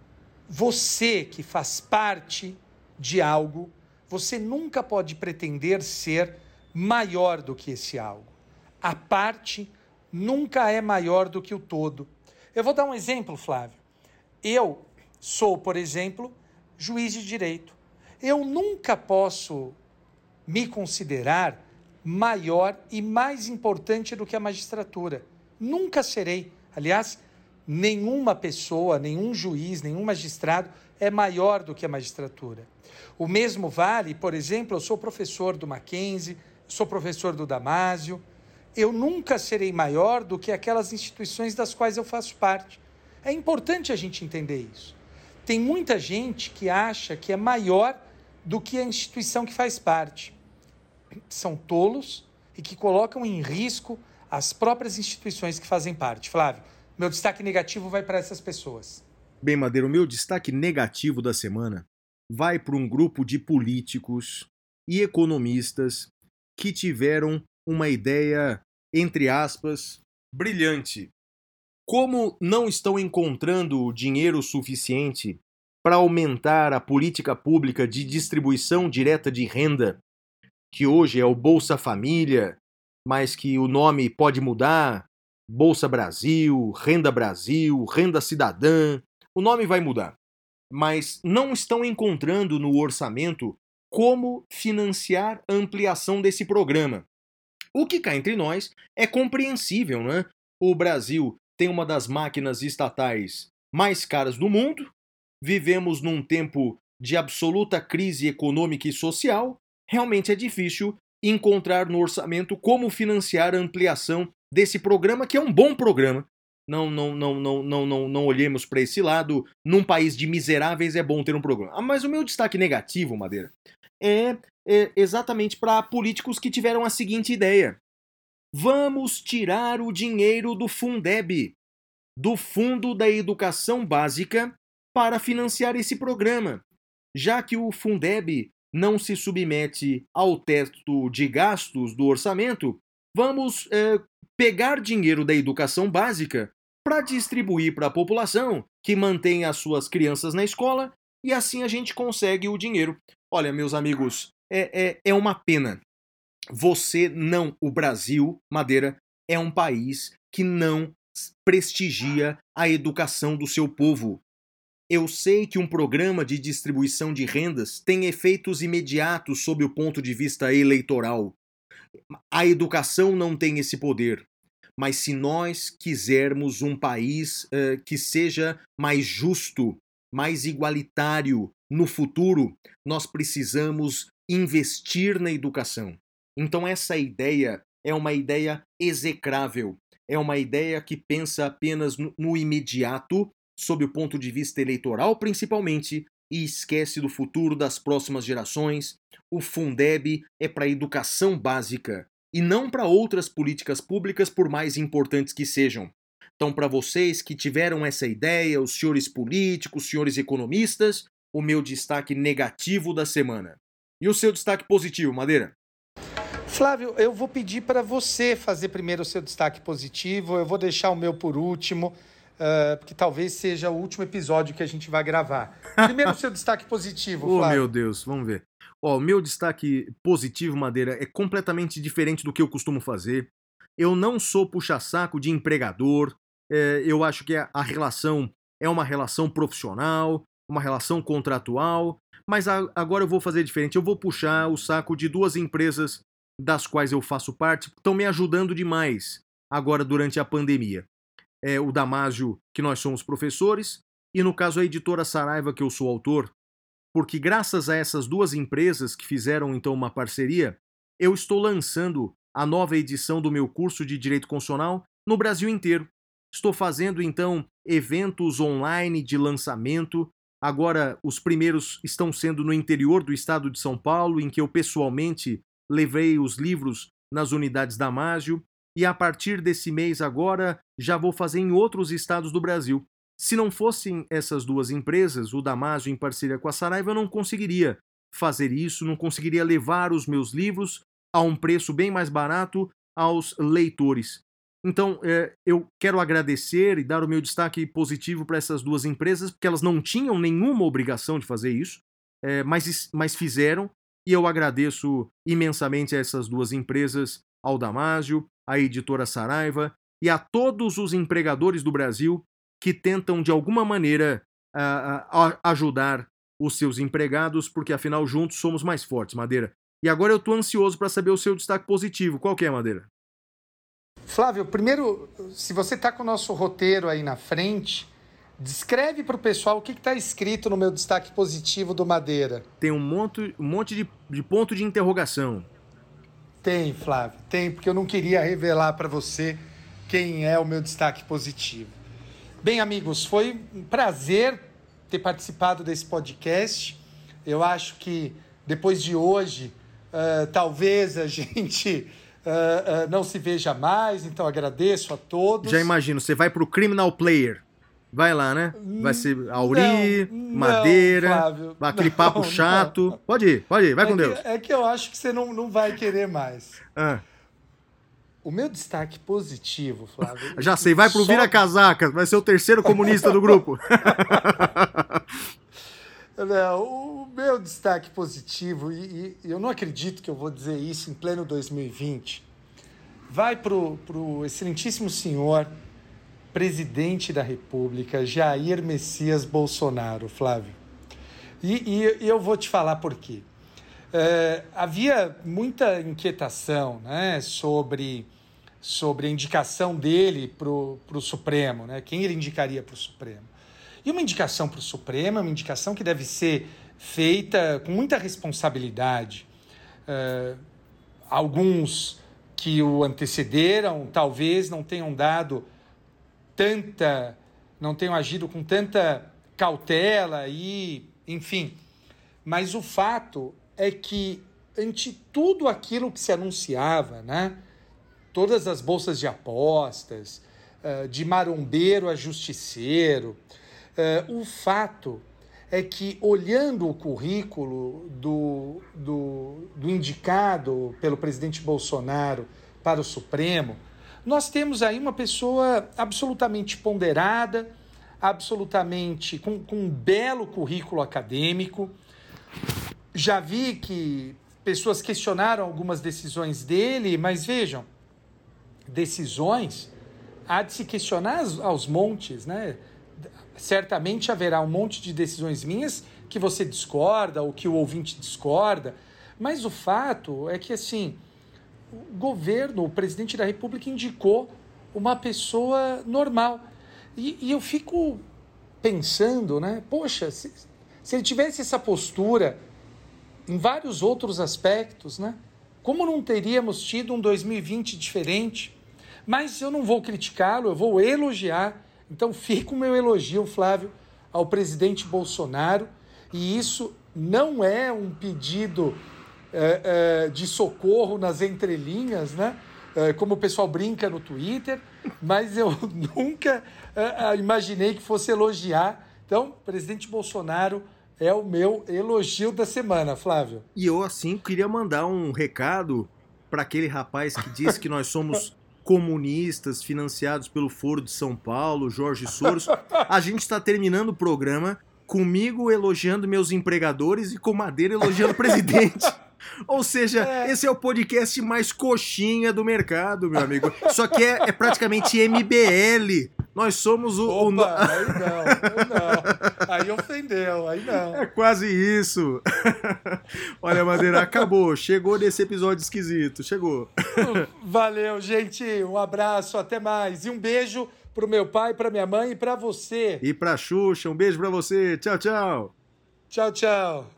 você que faz parte de algo, você nunca pode pretender ser maior do que esse algo. A parte nunca é maior do que o todo. Eu vou dar um exemplo, Flávio. Eu sou, por exemplo, juiz de direito. Eu nunca posso me considerar maior e mais importante do que a magistratura. Nunca serei. Aliás, nenhuma pessoa, nenhum juiz, nenhum magistrado é maior do que a magistratura. O mesmo vale, por exemplo, eu sou professor do Mackenzie, sou professor do Damásio. Eu nunca serei maior do que aquelas instituições das quais eu faço parte. É importante a gente entender isso. Tem muita gente que acha que é maior do que a instituição que faz parte. São tolos e que colocam em risco as próprias instituições que fazem parte. Flávio, meu destaque negativo vai para essas pessoas. Bem, Madeira, o meu destaque negativo da semana vai para um grupo de políticos e economistas que tiveram uma ideia, entre aspas, brilhante. Como não estão encontrando dinheiro suficiente para aumentar a política pública de distribuição direta de renda, que hoje é o Bolsa Família, mas que o nome pode mudar, Bolsa Brasil, Renda Cidadã, o nome vai mudar. Mas não estão encontrando no orçamento como financiar a ampliação desse programa. O que cá entre nós é compreensível, né? O Brasil tem uma das máquinas estatais mais caras do mundo, vivemos num tempo de absoluta crise econômica e social, realmente é difícil encontrar no orçamento como financiar a ampliação desse programa, que é um bom programa. Não olhemos para esse lado. Num país de miseráveis é bom ter um programa. Mas o meu destaque negativo, Madeira, é exatamente para políticos que tiveram a seguinte ideia: vamos tirar o dinheiro do Fundeb, do Fundo da Educação Básica, para financiar esse programa. Já que o Fundeb não se submete ao teto de gastos do orçamento, vamos pegar dinheiro da educação básica para distribuir para a população que mantém as suas crianças na escola e assim a gente consegue o dinheiro. Olha, meus amigos, é uma pena. O Brasil, Madeira, é um país que não prestigia a educação do seu povo. Eu sei que um programa de distribuição de rendas tem efeitos imediatos sob o ponto de vista eleitoral. A educação não tem esse poder. Mas se nós quisermos um país que seja mais justo, mais igualitário no futuro, nós precisamos investir na educação. Então essa ideia é uma ideia execrável, é uma ideia que pensa apenas no imediato, sob o ponto de vista eleitoral principalmente, e esquece do futuro das próximas gerações. O Fundeb é para a educação básica e não para outras políticas públicas, por mais importantes que sejam. Então, para vocês que tiveram essa ideia, os senhores políticos, os senhores economistas, o meu destaque negativo da semana. E o seu destaque positivo, Madeira? Flávio, eu vou pedir para você fazer primeiro o seu destaque positivo, eu vou deixar o meu por último, porque talvez seja o último episódio que a gente vai gravar. Primeiro o seu destaque positivo, Flávio. Oh, meu Deus, vamos ver. O meu destaque positivo, Madeira, é completamente diferente do que eu costumo fazer. Eu não sou puxa-saco de empregador, eu acho que a relação é uma relação profissional, uma relação contratual, mas agora eu vou fazer diferente. Eu vou puxar o saco de duas empresas das quais eu faço parte, que estão me ajudando demais agora durante a pandemia. O Damásio, que nós somos professores, e no caso a editora Saraiva, que eu sou autor, porque graças a essas duas empresas que fizeram então uma parceria, eu estou lançando a nova edição do meu curso de Direito Constitucional no Brasil inteiro. Estou fazendo então eventos online de lançamento. Agora os primeiros estão sendo no interior do estado de São Paulo, em que eu pessoalmente levei os livros nas unidades Damásio, e a partir desse mês agora já vou fazer em outros estados do Brasil. Se não fossem essas duas empresas, o Damásio em parceria com a Saraiva, eu não conseguiria fazer isso, não conseguiria levar os meus livros a um preço bem mais barato aos leitores. Então, eu quero agradecer e dar o meu destaque positivo para essas duas empresas, porque elas não tinham nenhuma obrigação de fazer isso, mas fizeram, e eu agradeço imensamente a essas duas empresas, ao Damásio, à editora Saraiva e a todos os empregadores do Brasil que tentam, de alguma maneira, ajudar os seus empregados, porque, afinal, juntos somos mais fortes, Madeira. E agora eu estou ansioso para saber o seu destaque positivo. Qual que é, Madeira? Flávio, primeiro, se você está com o nosso roteiro aí na frente, descreve para o pessoal o que está escrito no meu destaque positivo do Madeira. Tem um monte de ponto de interrogação. Tem, Flávio, tem, porque eu não queria revelar para você quem é o meu destaque positivo. Bem, amigos, foi um prazer ter participado desse podcast. Eu acho que depois de hoje, talvez a gente não se veja mais, então agradeço a todos. Já imagino, você vai pro Criminal Player. Vai lá, né? Vai ser Auri, Madeira, Flávio, aquele papo chato. Não. Pode ir, vai com Deus. É que eu acho que você não vai querer mais. O meu destaque positivo, Flávio... Já sei, vai pro Vira Casacas, vai ser o terceiro comunista do grupo. O meu destaque positivo, e eu não acredito que eu vou dizer isso em pleno 2020, vai pro excelentíssimo senhor presidente da República, Jair Messias Bolsonaro, Flávio. E eu vou te falar por quê. Havia muita inquietação, né, sobre a indicação dele para o Supremo, né, quem ele indicaria para o Supremo. E uma indicação para o Supremo é uma indicação que deve ser feita com muita responsabilidade. Alguns que o antecederam talvez não tenham agido com tanta cautela e, enfim. Mas o fato é que, ante tudo aquilo que se anunciava, né, todas as bolsas de apostas, de marombeiro a justiceiro, o fato é que, olhando o currículo do indicado pelo presidente Bolsonaro para o Supremo, nós temos aí uma pessoa absolutamente ponderada, absolutamente com um belo currículo acadêmico. Já vi que pessoas questionaram algumas decisões dele, mas vejam, decisões há de se questionar aos montes, né? Certamente haverá um monte de decisões minhas que você discorda ou que o ouvinte discorda, mas o fato é que, assim, o governo, o presidente da República indicou uma pessoa normal. E eu fico pensando, né? Poxa, se ele tivesse essa postura em vários outros aspectos, né? Como não teríamos tido um 2020 diferente? Mas eu não vou criticá-lo, eu vou elogiar. Então fica o meu elogio, Flávio, ao presidente Bolsonaro. E isso não é um pedido de socorro nas entrelinhas, né? Como o pessoal brinca no Twitter, mas eu nunca imaginei que fosse elogiar. Então, presidente Bolsonaro é o meu elogio da semana, Flávio. E eu, assim, queria mandar um recado para aquele rapaz que disse que nós somos comunistas financiados pelo Foro de São Paulo, Jorge Soros. A gente está terminando o programa comigo elogiando meus empregadores e com Madeira elogiando o presidente. Ou seja, esse é o podcast mais coxinha do mercado, meu amigo. Só que é praticamente MBL. Nós somos Aí não. Aí ofendeu, aí não. É quase isso. Olha, Madeira, acabou. Chegou nesse episódio esquisito. Chegou. Valeu, gente. Um abraço, até mais. E um beijo pro meu pai, pra minha mãe e pra você. E pra Xuxa, um beijo pra você. Tchau, tchau. Tchau, tchau.